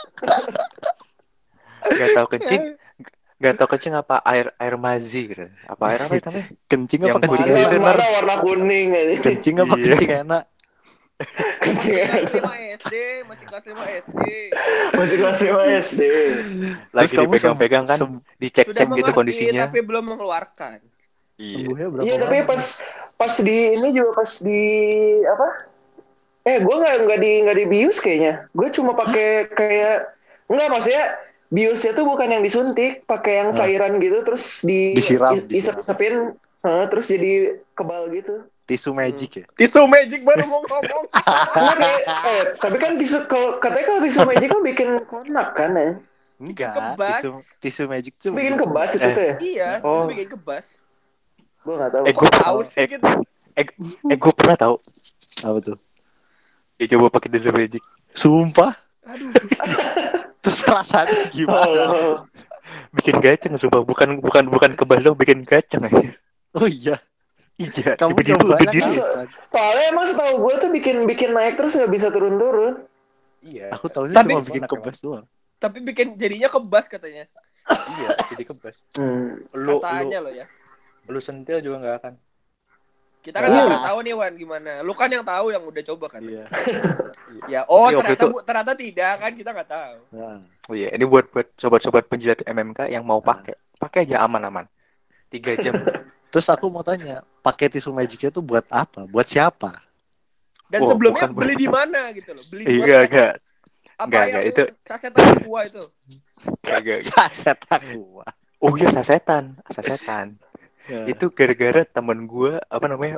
Speaker 4: Gak tau kencing apa air mazi gitu. Apa air apa itu namanya?
Speaker 2: Kencing
Speaker 4: Yang
Speaker 2: apa kencing
Speaker 4: putih
Speaker 2: enak?
Speaker 4: itu.
Speaker 3: Mana warna kuning aja.
Speaker 2: Kencing apa
Speaker 4: Iya.
Speaker 2: kencing enak?
Speaker 3: Kencing
Speaker 5: Kelas 5 SD, masih kelas 5 SD.
Speaker 3: masih kelas 5 SD.
Speaker 4: Lagi
Speaker 2: kamu
Speaker 4: dipegang-pegang kan,
Speaker 5: Sudah
Speaker 4: dicek-cek gitu
Speaker 5: mengerti
Speaker 4: kondisinya.
Speaker 5: tapi belum mengeluarkan.
Speaker 4: Iya.
Speaker 2: Sembuhnya berapa
Speaker 3: Iya tapi
Speaker 2: lama?
Speaker 3: pas di ini juga pas di apa? Gue nggak dibius kayaknya. Gue cuma pakai kayak nggak maksudnya biusnya tuh bukan yang disuntik, pakai yang cairan gitu terus
Speaker 2: Disiram.
Speaker 3: isep-isepin, terus jadi kebal gitu.
Speaker 2: Tisu magic ya?
Speaker 5: Tisu magic baru mau ngomong.
Speaker 3: Nah, tapi kan katanya kalau tisu magic kan bikin konak kan ya?
Speaker 2: Enggak.
Speaker 5: Kebas.
Speaker 2: Tisu magic tuh
Speaker 3: Bikin kebas itu tuh ya?
Speaker 5: Iya,
Speaker 3: Oh.
Speaker 5: itu bikin kebas.
Speaker 3: Gue nggak tahu.
Speaker 4: Gue
Speaker 5: Tahu sih gitu.
Speaker 4: gue pernah tahu.
Speaker 2: Apa tuh?
Speaker 4: Dia coba pakai tisu magic.
Speaker 2: Sumpah.
Speaker 5: Aduh.
Speaker 2: Terus rasanya gimana?
Speaker 3: Oh.
Speaker 4: Bikin gaceng sumpah, bukan kebas dong, bikin gaceng aja.
Speaker 2: Oh iya.
Speaker 4: Iya,
Speaker 2: Kamu
Speaker 4: tiba-tiba
Speaker 2: coba
Speaker 4: berdiri.
Speaker 3: kan? Soalnya emang setahu gue tuh bikin naik terus nggak bisa turun-turun.
Speaker 4: Iya.
Speaker 2: Aku tahunya
Speaker 5: Tapi-
Speaker 2: cuma bikin kebas doang.
Speaker 5: Tapi bikin jadinya kebas katanya.
Speaker 4: Iya, jadi kebas.
Speaker 5: Katanya lo ya.
Speaker 4: Lu sentil juga nggak akan.
Speaker 5: Kita kan
Speaker 3: Iya.
Speaker 5: nggak pernah tahu nih Wan gimana. Lu kan yang tahu yang udah coba kan.
Speaker 2: Iya.
Speaker 5: Ya,
Speaker 4: Iya, waktu
Speaker 5: ternyata tidak kan kita nggak tahu.
Speaker 2: Nah,
Speaker 4: Oh iya, ini buat sobat-sobat penjilat MMK yang mau pakai aja aman-aman. 3 jam.
Speaker 2: terus aku mau tanya, pakai tisu magicnya tuh buat apa? Buat siapa?
Speaker 5: Dan
Speaker 4: Oh,
Speaker 5: sebelumnya
Speaker 4: bukan,
Speaker 5: beli
Speaker 4: bukan.
Speaker 5: di mana gitu loh. Beli di
Speaker 4: Iya,
Speaker 5: mana?
Speaker 4: enggak.
Speaker 5: Apa
Speaker 4: enggak,
Speaker 5: yang
Speaker 4: itu.
Speaker 5: sasetan aqua itu?
Speaker 4: Enggak.
Speaker 2: Setan gua.
Speaker 4: Oh iya, sasetan.
Speaker 2: Ya.
Speaker 4: Itu gara-gara temen gue apa namanya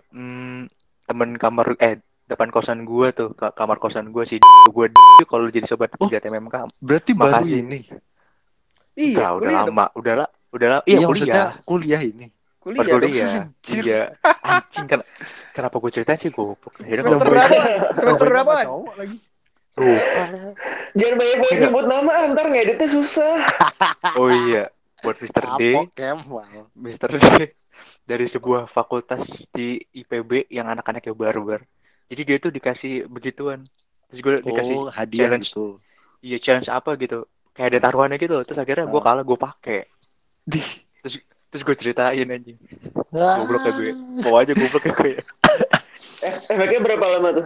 Speaker 4: temen kamar depan kosan gue tuh kamar kosan gue gue kalau jadi sobat penjilat MMK
Speaker 2: Berarti baru
Speaker 4: Makasih.
Speaker 2: ini.
Speaker 5: Iya,
Speaker 4: udah
Speaker 5: kuliah dong.
Speaker 4: lama udah iya
Speaker 2: maksudnya
Speaker 4: kuliah
Speaker 2: kuliah ini.
Speaker 5: Kuliah dong.
Speaker 4: kuliah
Speaker 2: Anjir.
Speaker 4: iya anjing kenapa gue ceritain sih goblok akhirnya
Speaker 5: Semester
Speaker 4: nggak
Speaker 5: berapa?
Speaker 4: boleh.
Speaker 5: Semester berapa?
Speaker 2: Cowok lagi.
Speaker 4: Lupa.
Speaker 3: Jangan banyak nyebut nama, ntar ngeditnya susah.
Speaker 4: Oh iya buat Mr. D
Speaker 2: Kapok Kemal.
Speaker 4: Mr. D dari sebuah fakultas di IPB yang anak-anaknya barbar. Jadi dia tuh dikasih begituan. Terus gue dikasih
Speaker 2: Oh, hadiah
Speaker 4: challenge.
Speaker 2: gitu.
Speaker 4: Iya challenge apa gitu. Kayak ada taruhannya gitu. Terus akhirnya gue kalah, gue pakai. Terus gue ceritain anjing. Goblok ya gue. Bawa aja goblok ya gue.
Speaker 3: Efeknya berapa lama tuh?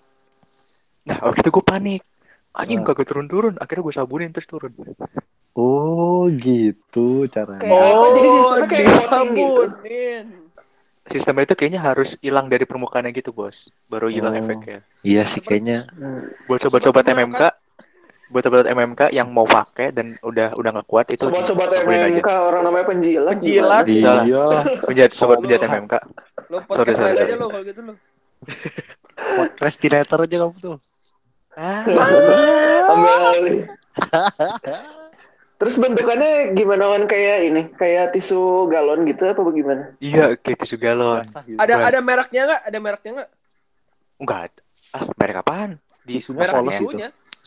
Speaker 4: Nah waktu itu gue panik. Anjing kagak turun-turun. Akhirnya gue sabunin terus turun.
Speaker 2: Oh, gitu caranya.
Speaker 3: Kayak apa? Jadi sistemnya kayak voting gitu.
Speaker 5: disabunin.
Speaker 4: Sistemnya itu kayaknya harus hilang dari permukaannya gitu bos. Baru hilang efeknya.
Speaker 2: Iya sih kayaknya.
Speaker 4: Buat sobat-sobat
Speaker 5: Seperti
Speaker 4: MMK. Buat sobat MMK yang mau pakai dan udah nggak kuat itu.
Speaker 3: Sobat-sobat
Speaker 4: sabunin
Speaker 3: MMK orang namanya penjilat.
Speaker 5: Penjilat.
Speaker 3: gimana sih?
Speaker 2: Iya.
Speaker 4: Sobat penjilat MMK.
Speaker 5: Lo podcast
Speaker 4: Sorry.
Speaker 5: lain aja lo kalau gitu lo.
Speaker 2: Procrastinator aja kamu tuh.
Speaker 3: Ambil alih. Terus bentukannya gimana kan, kayak ini, kayak tisu galon gitu apa bagaimana?
Speaker 4: Iya, kayak tisu galon.
Speaker 2: Basah gitu.
Speaker 5: Ada mereknya nggak? Ada mereknya nggak?
Speaker 4: Enggak ada. Merek apaan?
Speaker 2: Tisunya
Speaker 5: Merek
Speaker 2: polos gitu.
Speaker 5: tisunya.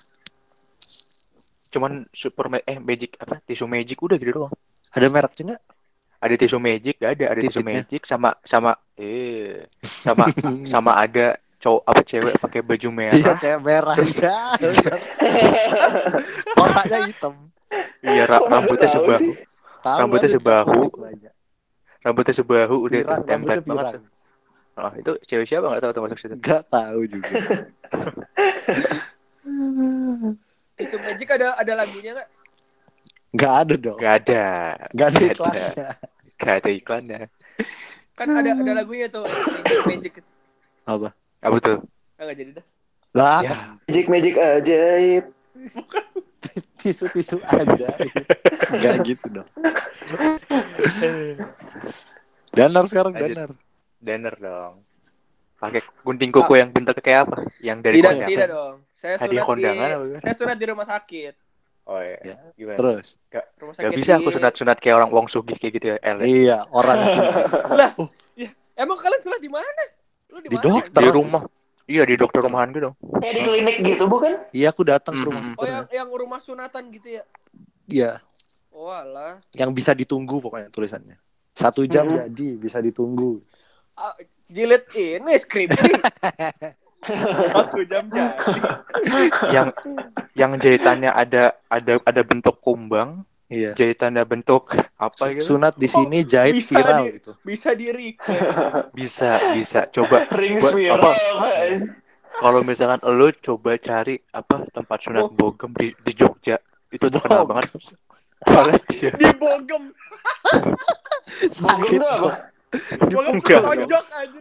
Speaker 4: Cuman Magic apa? Tisu Magic udah gitu doang.
Speaker 2: Ada mereknya nggak?
Speaker 4: Ada tisu Magic, gak ada tisu
Speaker 2: Tititnya.
Speaker 4: Magic sama sama ada cowok apa cewek pakai baju
Speaker 2: Iya,
Speaker 4: merah.
Speaker 2: cewek merah. Iya. Kotaknya hitam.
Speaker 4: Iya,
Speaker 3: Kok pada
Speaker 4: rambutnya
Speaker 3: tahu
Speaker 4: sebahu.
Speaker 3: sih?
Speaker 2: Tahu
Speaker 4: Rambutnya
Speaker 2: ada
Speaker 4: sebahu.
Speaker 2: banyak.
Speaker 4: Rambutnya sebahu udah
Speaker 2: Pirang,
Speaker 4: tempet
Speaker 2: rambutnya
Speaker 4: banget.
Speaker 2: pirang.
Speaker 4: Oh, itu cewek siapa enggak tahu tuh masuk situ.
Speaker 2: Gak tahu juga.
Speaker 5: Tisu Magic ada lagunya nggak?
Speaker 2: Gak ada dong.
Speaker 4: Gak ada.
Speaker 2: Gak ada
Speaker 4: Nggak
Speaker 2: iklannya.
Speaker 4: Gak ada iklannya.
Speaker 5: Kan ada lagunya tuh Magic.
Speaker 2: Apa?
Speaker 4: Apa tuh?
Speaker 5: Nggak jadi dah.
Speaker 2: Lah,
Speaker 4: Ya.
Speaker 3: Magic ajaib.
Speaker 2: tisu aja. Gak gitu dong. Danar sekarang,
Speaker 4: Lanjut.
Speaker 2: danar.
Speaker 4: Danner dong. Pakai gunting kuku yang bentuknya kayak apa? Yang dari kondangan.
Speaker 5: Tidak dong. Saya
Speaker 4: Hadiah
Speaker 5: sunat
Speaker 4: kondangan apa gimana?
Speaker 5: saya sunat di rumah sakit.
Speaker 4: Oh iya.
Speaker 2: Ya,
Speaker 4: Gimana?
Speaker 2: Terus.
Speaker 5: Rumah
Speaker 4: Gak
Speaker 5: sakit
Speaker 4: bisa aku
Speaker 5: di-
Speaker 4: sunat kayak orang wong sugih kayak gitu ya.
Speaker 2: Iya, orang sini.
Speaker 5: Lah, ya, emang kalian sunat di mana? Lu di
Speaker 2: Di
Speaker 5: mana?
Speaker 2: dokter.
Speaker 4: Di rumah. Iya di dokter rumahan gitu dong.
Speaker 3: Kayak di klinik gitu bukan?
Speaker 2: Iya, aku datang ke rumah
Speaker 4: Mm-mm.
Speaker 5: Oh,
Speaker 2: dokter.
Speaker 5: yang rumah sunatan gitu ya.
Speaker 2: Iya,
Speaker 5: Oh, alah.
Speaker 2: yang bisa ditunggu pokoknya tulisannya. 1 jam
Speaker 3: Mhm.
Speaker 2: jadi, bisa ditunggu.
Speaker 5: Ah, jilid ini skripsi. 1 jam jadi.
Speaker 4: Yang jahitannya ada bentuk kumbang,
Speaker 2: Iya.
Speaker 4: jahitannya bentuk apa gitu.
Speaker 2: Sunat di sini jahit
Speaker 5: bisa
Speaker 2: viral
Speaker 5: di-
Speaker 2: gitu.
Speaker 5: Bisa di request.
Speaker 4: Bisa. Coba
Speaker 3: Ring
Speaker 4: buat
Speaker 3: spiral.
Speaker 4: apa? Kalau misalkan lo coba cari apa tempat sunat bogem di Jogja, itu terkenal
Speaker 2: Bogem.
Speaker 4: banget. Soalnya iya.
Speaker 5: Di bogem.
Speaker 3: Bogem tuh apa?
Speaker 5: Bogem
Speaker 4: Enggak.
Speaker 5: tonjok aja.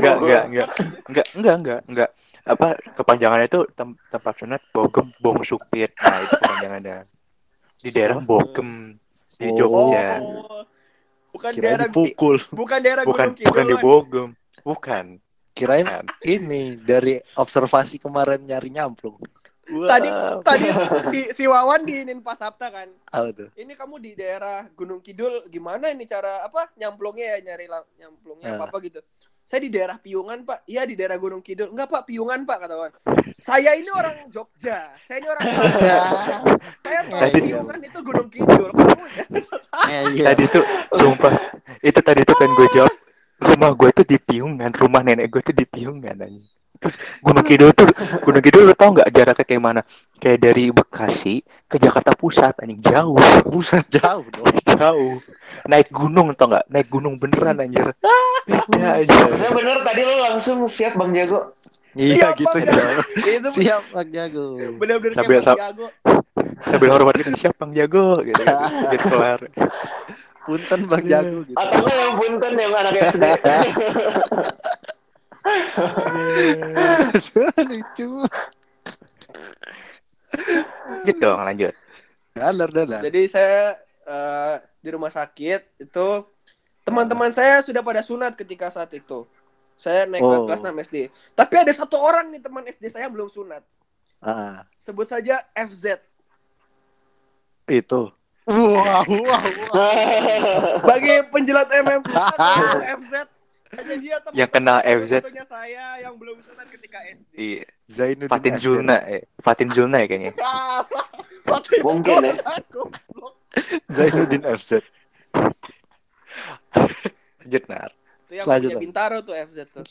Speaker 4: Enggak. Apa kepanjangannya itu tempat sunat bogem bong supit. Nah, itu kepanjangannya. Di daerah Bogem di
Speaker 2: Oh.
Speaker 4: Jogja.
Speaker 5: Bukan
Speaker 2: Kirain
Speaker 5: daerah
Speaker 2: dipukul.
Speaker 5: bukan daerah
Speaker 4: Bukan
Speaker 5: Gunung Kidul.
Speaker 4: di
Speaker 5: Wan.
Speaker 4: Bogem. Bukan.
Speaker 2: Kirain
Speaker 4: Bukan.
Speaker 2: ini dari observasi kemarin nyari nyamplung.
Speaker 5: Tadi
Speaker 4: Wah.
Speaker 5: si Wawan diinin pas Sabta kan.
Speaker 2: Apa tuh?
Speaker 5: Ini kamu di daerah Gunung Kidul, gimana ini cara apa nyamplungnya ya, nyari nyamplungnya apa gitu. Saya di daerah Piungan, Pak. Iya, di daerah Gunung Kidul. Enggak, Pak, Piungan, Pak, kata Wan. Saya ini orang Jogja. Saya ini orang Jogja. Saya tahu
Speaker 4: Tadi-
Speaker 5: Piungan itu Gunung Kidul. Kamu ya.
Speaker 2: Iya.
Speaker 4: Tadi tuh sumpah itu tadi tuh kan gue jawab rumah gue tuh di Piungan, rumah nenek gue tuh di Piungan anjing. Terus Gunung Kidul lu tau nggak jaraknya kayak mana? Kayak dari Bekasi ke Jakarta Pusat anjing, jauh.
Speaker 2: Buset, jauh dong.
Speaker 4: Jauh. Naik gunung tau nggak? Naik gunung beneran anjir. Beda aja.
Speaker 3: Maksudnya bener tadi lo langsung siap Bang Jago.
Speaker 2: Iya
Speaker 5: Siap,
Speaker 2: gitu
Speaker 5: Bang
Speaker 2: ya.
Speaker 5: Jago. Itu
Speaker 2: Siap Bang Jago.
Speaker 5: benar-benar
Speaker 4: Sambil-
Speaker 5: kayak Bang Jago.
Speaker 4: Sambil hormat gitu, siap Bang Jago gitu. Gitu kelar.
Speaker 2: Punten Bang Jago gitu.
Speaker 3: Atau lo yang punten yang anak SD.
Speaker 2: Lucu.
Speaker 4: Gitu dong, lanjut.
Speaker 2: Dalar.
Speaker 5: Jadi saya di rumah sakit itu teman-teman saya sudah pada sunat ketika saat itu. Saya naik
Speaker 2: Oh.
Speaker 5: kelas 6 SD. Tapi ada satu orang nih teman SD saya yang belum sunat.
Speaker 2: Ah,
Speaker 5: Sebut saja FZ.
Speaker 2: itu. Wah.
Speaker 5: Bagi penjilat MM tahu FZ. Hanya dia teman
Speaker 4: Yang kenal FZ.
Speaker 5: satunya saya yang belum sunat ketika SD.
Speaker 4: Iya.
Speaker 2: Zainuddin
Speaker 4: Fatin
Speaker 2: FZ.
Speaker 4: Zulna, Fatin Zulna ya kayaknya.
Speaker 3: Mungkin ya.
Speaker 2: Zainuddin FZ.
Speaker 4: Lanjut Nar.
Speaker 5: Itu yang
Speaker 2: Lanjut,
Speaker 5: punya
Speaker 2: Bang.
Speaker 5: Bintaro tuh FZ tuh.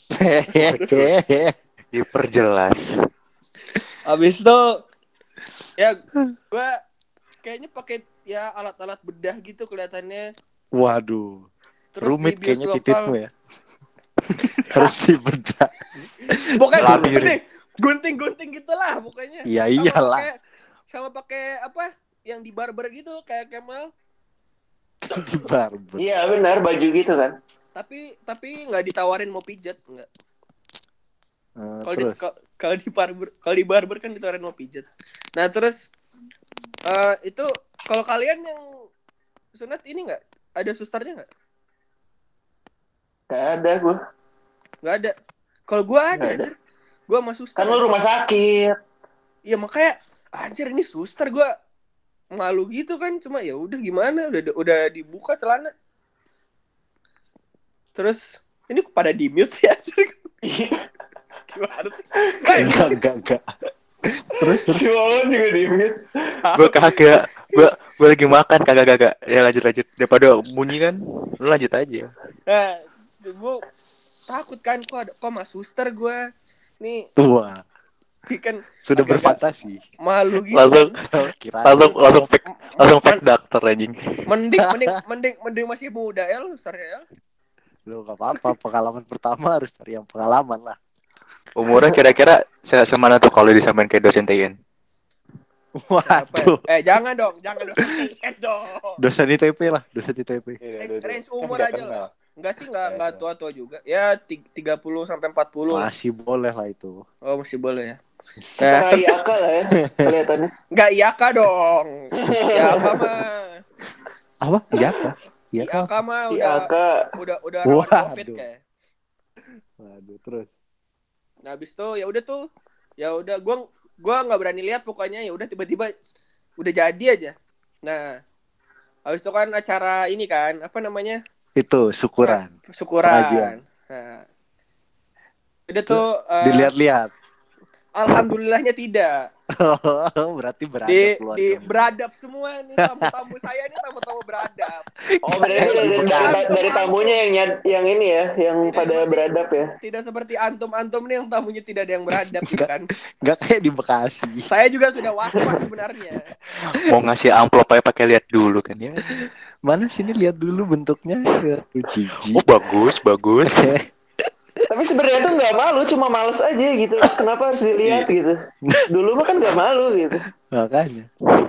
Speaker 4: Diperjelas.
Speaker 5: Habis itu ya gua kayaknya pakai ya alat-alat bedah gitu kelihatannya.
Speaker 2: Waduh.
Speaker 5: Terus
Speaker 2: Rumit
Speaker 5: di
Speaker 2: kayaknya
Speaker 5: bios
Speaker 2: titikmu
Speaker 5: lokal-
Speaker 2: ya. Harus dibedah.
Speaker 5: Bukan
Speaker 4: Labirin.
Speaker 5: gunting, gunting-gunting gitulah pokoknya.
Speaker 2: Iya
Speaker 5: Sama
Speaker 2: iyalah.
Speaker 5: sama pakai apa? Yang di barber gitu kayak Kemal.
Speaker 2: Di barber.
Speaker 3: Iya benar, baju gitu kan.
Speaker 5: Tapi nggak ditawarin mau pijat nggak. Kalau di
Speaker 2: Terus.
Speaker 5: kalau di barber kan ditawarin mau pijat. Nah terus itu kalau kalian yang sunat ini nggak ada susternya nggak?
Speaker 3: Gak ada gue.
Speaker 5: Nggak ada. Kalau gua ada,
Speaker 3: Nggak ada.
Speaker 5: anjir. Gua sama suster.
Speaker 3: Kan lo rumah sakit.
Speaker 5: Iya makanya anjir ini suster gua malu gitu kan, cuma ya udah gimana, udah dibuka celana. Terus ini pada di mute ya. Gimana sih?
Speaker 2: Enggak. Terus
Speaker 3: Si Wawan juga di mute.
Speaker 4: Gue kagak. Gue lagi makan kagak. Ya lanjut. Daripada bunyi kan, lu lanjut aja.
Speaker 5: Nah, gue takut kan, kok mas suster gue nih
Speaker 2: tua
Speaker 5: kan
Speaker 2: sudah
Speaker 5: agak-agak
Speaker 2: berfantasi.
Speaker 5: malu gitu.
Speaker 2: Kira
Speaker 4: Langsung fake dokter anjing.
Speaker 5: Mending masih muda ya lu, Sar ya.
Speaker 2: Lu gak apa-apa, pengalaman pertama harus cari yang pengalaman lah.
Speaker 4: Umurnya kira-kira semana tuh kalau disamain kayak dosen TN?
Speaker 2: Waduh.
Speaker 5: Jangan dong.
Speaker 2: Dosen ITP lah, dosen ITP.
Speaker 5: Range umur aja lah. Enggak sih, enggak tua-tua juga. Ya 30 sampai 40.
Speaker 2: Masih boleh lah itu.
Speaker 5: Oh, masih boleh ya.
Speaker 3: Setengah IAK lah ya kelihatannya.
Speaker 5: Enggak IAK dong. IAK mah.
Speaker 2: Apa? IAK
Speaker 5: mah
Speaker 3: IAK.
Speaker 5: udah rawan Covid kayak.
Speaker 2: Waduh, terus.
Speaker 5: Nah, habis itu ya udah gua enggak berani lihat, pokoknya ya udah tiba-tiba udah jadi aja. Nah, habis itu kan acara ini kan, apa namanya?
Speaker 2: Itu syukuran. Pengajian.
Speaker 5: Nah, udah tuh
Speaker 2: dilihat-lihat.
Speaker 5: Alhamdulillahnya tidak.
Speaker 2: Berarti beradab
Speaker 5: beradab semua nih tamu-tamu saya nih, tamu-tamu beradab.
Speaker 3: Oh, berarti dari tamunya yang ini ya, yang pada beradab ya.
Speaker 5: Tidak seperti antum-antum nih yang tamunya tidak ada yang beradab gitu kan.
Speaker 2: Enggak kayak di Bekasi.
Speaker 5: Saya juga sudah was-was sebenarnya.
Speaker 4: Mau ngasih amplop aja pakai lihat dulu kan ya.
Speaker 2: Mana sini lihat dulu bentuknya. Cici.
Speaker 4: Oh, bagus.
Speaker 3: Tapi sebenarnya tuh nggak malu, cuma males aja gitu. Kenapa harus dilihat gitu? Dulu mah kan nggak malu gitu.
Speaker 2: Makanya.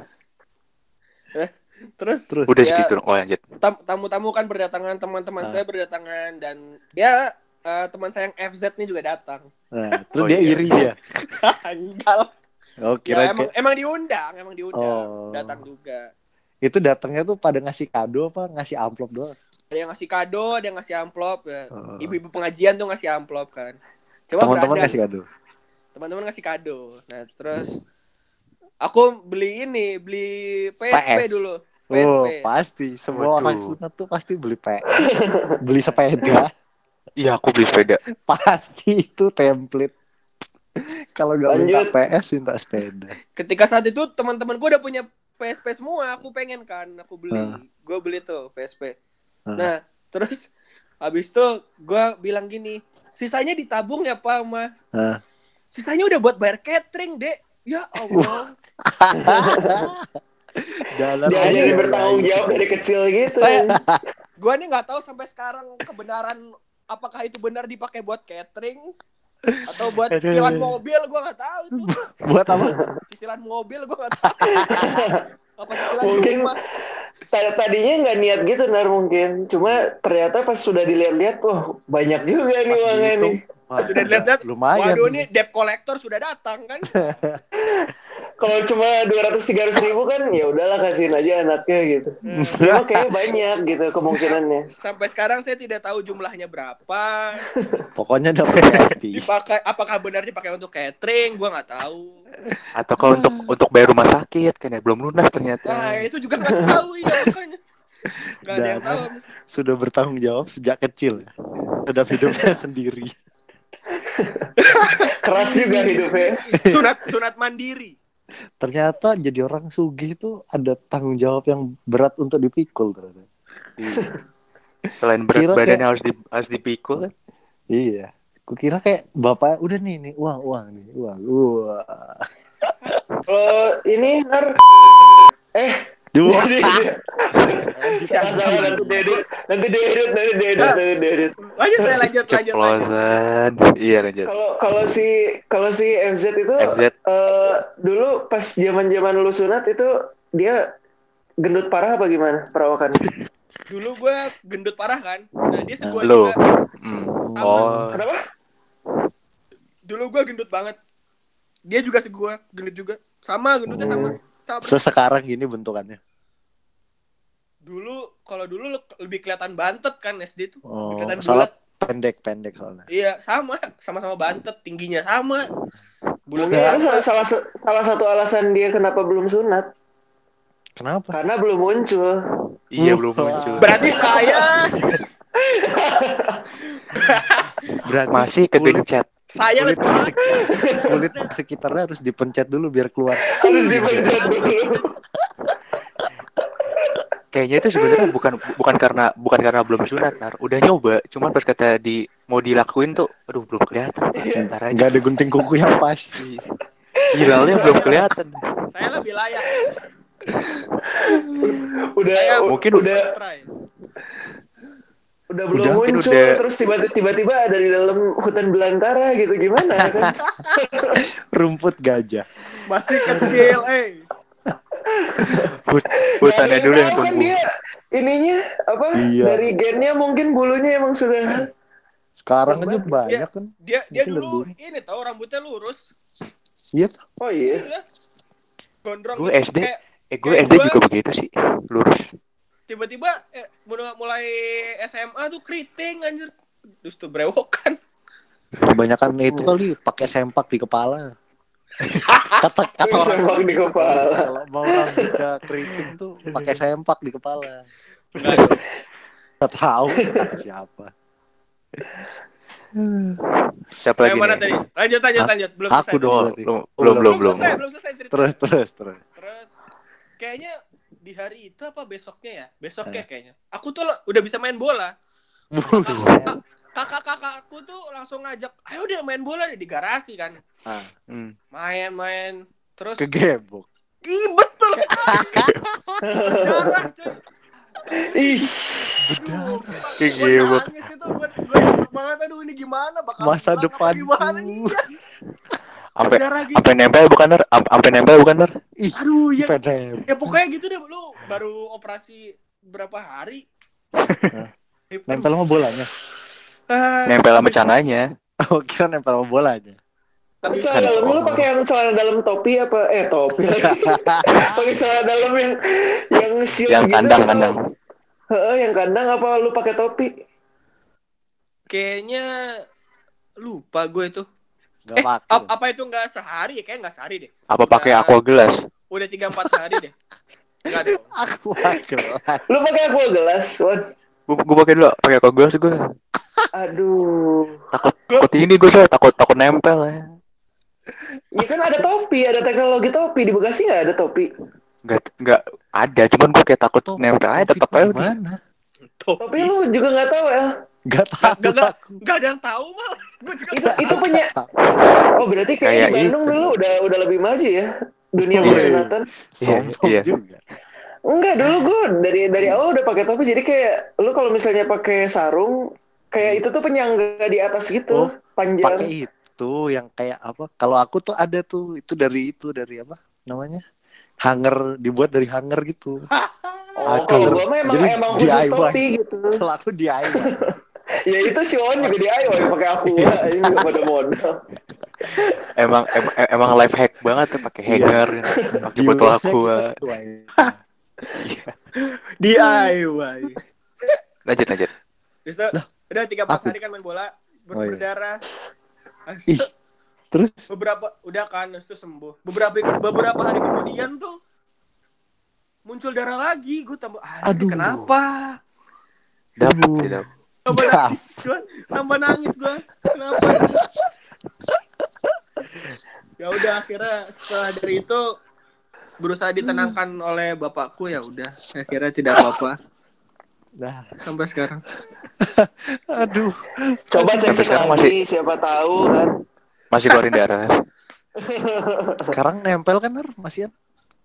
Speaker 5: Terus
Speaker 4: udah
Speaker 5: ya,
Speaker 4: segitu. Oh, lanjut.
Speaker 5: Tamu-tamu kan berdatangan, teman-teman saya berdatangan, dan ya teman saya yang FZ nih juga datang.
Speaker 2: Nah, terus dia iri dia.
Speaker 5: Enggak lah.
Speaker 2: Oh, kira
Speaker 5: ya, emang diundang.
Speaker 2: Oh.
Speaker 5: Datang juga.
Speaker 2: Itu datangnya tuh pada ngasih kado apa ngasih amplop doang?
Speaker 5: Ada yang ngasih kado, ada yang ngasih amplop ya. Ibu-ibu pengajian tuh ngasih amplop kan. Cuma
Speaker 2: teman-teman ngasih kado.
Speaker 5: Teman-teman ngasih kado. Nah, terus aku beli PSP dulu. PSP.
Speaker 2: Oh, pasti. Semua orang sunat tuh pasti beli PS. Beli sepeda.
Speaker 4: Iya, aku beli sepeda.
Speaker 2: Pasti itu template. Kalau nggak minta PS, minta sepeda.
Speaker 5: Ketika saat itu teman-teman gue udah punya PSP semua, aku pengen kan, aku beli. Gue beli tuh PSP. Nah, terus habis itu gue bilang gini, sisanya ditabung ya Pak, Ma. Sisanya udah buat bayar catering, Dek. Ya Allah.
Speaker 3: Dia bertanggung jawab dari kecil gitu.
Speaker 5: Gue nih nggak tahu sampai sekarang kebenaran apakah itu benar dipakai buat catering atau buat cicilan mobil, gue nggak tahu itu.
Speaker 2: Buat apa?
Speaker 5: Cicilan mobil gue nggak tahu. Apa cicilan
Speaker 3: mungkin
Speaker 5: rumah?
Speaker 3: Tadinya nggak niat gitu mungkin, cuma ternyata pas sudah dilihat-lihat, wah banyak juga nih uangnya nih.
Speaker 5: Sudah dilihat-lihat,
Speaker 2: lumayan.
Speaker 5: Waduh, ini debt collector sudah datang kan?
Speaker 3: Kalau cuma 200-300 ribu kan, ya udahlah kasihin aja anaknya gitu. Cuma kayaknya banyak gitu kemungkinannya.
Speaker 5: Sampai sekarang saya tidak tahu jumlahnya berapa.
Speaker 2: Pokoknya dapat PSP.
Speaker 5: Apakah benar dipakai untuk catering? Gua nggak tahu.
Speaker 4: Atau kalau untuk bayar rumah sakit kan ya, belum lunas ternyata.
Speaker 5: Nah, itu juga nggak tahu ya makanya. Gak ada yang tahu.
Speaker 2: Sudah bertanggung jawab sejak kecil. Udah hidupnya sendiri.
Speaker 3: Keras juga hidupnya.
Speaker 5: Sunat mandiri.
Speaker 2: Ternyata jadi orang sugih itu ada tanggung jawab yang berat untuk dipikul ternyata.
Speaker 4: Selain berat badannya harus dipikul kan?
Speaker 2: Iya. Kukira kayak bapak udah nih uang nih uang.
Speaker 3: Kalau ini
Speaker 2: Dua.
Speaker 3: Nanti diedit.
Speaker 5: Lanjut.
Speaker 4: Iya, lanjut.
Speaker 3: Kalau si FZ itu dulu pas zaman lu sunat itu dia gendut parah apa gimana perawakannya?
Speaker 5: Dulu gue gendut parah kan. Nah, dia gue
Speaker 4: juga.
Speaker 3: Kenapa?
Speaker 5: Dulu gue gendut banget. Dia juga gue gendut juga. Sama gendutnya sama.
Speaker 2: Sekarang gini bentukannya.
Speaker 5: Kalau dulu lebih kelihatan bantet kan SD tuh. Kelihatan
Speaker 2: bulat. Pendek soalnya.
Speaker 5: Iya, sama-sama bantet, tingginya sama.
Speaker 3: Mungkin salah satu alasan dia kenapa belum sunat.
Speaker 2: Kenapa?
Speaker 3: Karena belum muncul.
Speaker 4: Iya belum muncul.
Speaker 5: Berarti saya
Speaker 2: Berarti
Speaker 4: Masih kegencet.
Speaker 5: saya lebih
Speaker 2: kulit sekitarnya harus dipencet dulu biar keluar.
Speaker 3: Harus dipencet dulu.
Speaker 4: Kayaknya itu sebenarnya bukan karena belum sunat, Nar. Udah nyoba, cuman pas kata mau dilakuin tuh, aduh belum kelihatan. Bentar aja.
Speaker 2: Nggak ada gunting kuku yang pas.
Speaker 4: Hilalnya belum kelihatan.
Speaker 5: saya lebih layak.
Speaker 4: Mungkin
Speaker 5: Try.
Speaker 3: Udah belum
Speaker 2: Udah,
Speaker 3: muncul, terus tiba-tiba ada di dalam hutan belantara gitu, gimana kan?
Speaker 2: Rumput gajah.
Speaker 5: Masih kecil,
Speaker 4: hutannya dulu yang
Speaker 3: kan
Speaker 4: tumbuh.
Speaker 3: dia ininya apa?
Speaker 2: Iya.
Speaker 3: Dari gennya mungkin bulunya emang sudah.
Speaker 2: Sekarang aja banyak kan.
Speaker 5: Dia
Speaker 2: Mungkin
Speaker 5: dulu
Speaker 2: lebih.
Speaker 5: ini tahu rambutnya lurus.
Speaker 2: Iya.
Speaker 3: Oh iya.
Speaker 5: Iya. Gondrong
Speaker 4: Gue
Speaker 5: gitu.
Speaker 4: SD, gue
Speaker 5: kayak
Speaker 4: SD juga begitu sih, lurus.
Speaker 5: Tiba-tiba mulai SMA tuh keriting anjir. Terus tuh brewokan.
Speaker 2: Kebanyakan itu kali pakai sempak di kepala. Kata
Speaker 3: Sempak di kepala.
Speaker 2: Kalau mau rambutnya keriting tuh pakai sempak di kepala.
Speaker 5: Enggak dong.
Speaker 2: Nggak tahu kata siapa.
Speaker 4: Siapa
Speaker 5: Kayak
Speaker 4: lagi
Speaker 5: mana
Speaker 4: nih?
Speaker 5: tadi? Lanjut. Belum
Speaker 2: Aku
Speaker 5: selesai.
Speaker 2: dong.
Speaker 4: Oh,
Speaker 2: berarti.
Speaker 4: belum.
Speaker 5: Belum selesai cerita.
Speaker 2: Terus.
Speaker 5: Terus kayaknya di hari itu apa besoknya ya? Besoknya kayaknya. Aku tuh udah bisa main bola. Kakak-kakakku tuh langsung ngajak, ayo deh main bola deh di garasi kan. Main. Terus
Speaker 2: Kegebok.
Speaker 5: ih betul sekali. Berdarah coy.
Speaker 3: Ih.
Speaker 5: Gue nangis itu, gue takut banget, aduh ini gimana, bakal
Speaker 2: Masa
Speaker 5: hilang apa
Speaker 2: depanku.
Speaker 5: gimana, iya.
Speaker 4: Sampai
Speaker 5: Gitu.
Speaker 4: sampai nempel bukan, Nar? Sampai nempel bukan, Nar?
Speaker 2: Ih,
Speaker 5: Aduh ya,
Speaker 2: Pedem.
Speaker 5: ya pokoknya gitu deh, lu baru operasi berapa hari?
Speaker 2: Nempel sama bolanya.
Speaker 4: Nempel sama cananya.
Speaker 2: Oh, kira nempel sama bolanya.
Speaker 3: Tapi celana dalam lu pakai yang celana dalam topi apa? Topi lagi. Pakai celana dalam yang shield
Speaker 4: Yang
Speaker 3: gitu.
Speaker 4: kandang.
Speaker 3: Yang kandang apa lu pakai topi?
Speaker 5: Kayaknya lupa gue itu.
Speaker 2: Gak pakai.
Speaker 5: Apa itu nggak sehari ya? Kayaknya nggak sehari deh.
Speaker 4: Apa pakai aqua gelas?
Speaker 5: Udah 3-4 hari deh. Enggak dong.
Speaker 2: Aku pakai.
Speaker 3: Lu pakai aqua gelas, Wan?
Speaker 4: Gue pakai dulu, pakai aqua gelas gue.
Speaker 3: Aduh.
Speaker 4: Takut ini gue takut nempel ya.
Speaker 3: Ya kan ada topi, ada teknologi topi di Bekasi nggak ada topi?
Speaker 4: Nggak ada, cuman gue kayak takut nempel aja tetap aja.
Speaker 2: Gimana?
Speaker 3: Topi lu juga nggak tahu ya?
Speaker 2: Gak tahu aku.
Speaker 5: Gak ada yang tahu malah. Gue juga
Speaker 3: Itu Oh berarti kayak di Bandung dulu udah lebih maju ya dunia persunatan.
Speaker 2: Sombong
Speaker 4: Iya.
Speaker 2: juga.
Speaker 3: Enggak, dulu gue dari awal udah pakai topi, jadi kayak lu kalau misalnya pakai sarung kayak itu tuh penyangga di atas gitu, panjang.
Speaker 2: Pakai itu yang kayak apa? Kalau aku tuh ada tuh itu dari apa namanya? Hanger, dibuat dari hanger gitu.
Speaker 3: Kalau gue mah
Speaker 2: Jadi
Speaker 3: emang khusus
Speaker 2: DIY.
Speaker 3: topi gitu.
Speaker 2: Kalau aku DIY.
Speaker 3: Ya itu si On juga DIY pakai aku. Ini nggak pada modal.
Speaker 4: Emang life hack banget tuh pakai hanger, pakai botol aqua.
Speaker 5: DIY.
Speaker 4: Lanjut.
Speaker 5: Terus udah 3-4 hari kan main bola, berdarah.
Speaker 2: Ih, terus
Speaker 5: Udah kan, terus sembuh. Beberapa hari kemudian tuh muncul darah lagi. Gue tambah,
Speaker 2: Aduh.
Speaker 5: kenapa?
Speaker 4: Dapat.
Speaker 5: Tambah nangis gue. Kenapa? Ya udah, akhirnya setelah dari itu berusaha ditenangkan oleh bapakku, ya udah, akhirnya tidak apa-apa.
Speaker 2: Nah,
Speaker 5: Sampai sekarang.
Speaker 2: aduh.
Speaker 3: Coba cek
Speaker 4: sekarang
Speaker 3: lagi, siapa tahu kan.
Speaker 4: Masih keluarin darah.
Speaker 2: Sekarang nempel kan, Nar? Masih kan?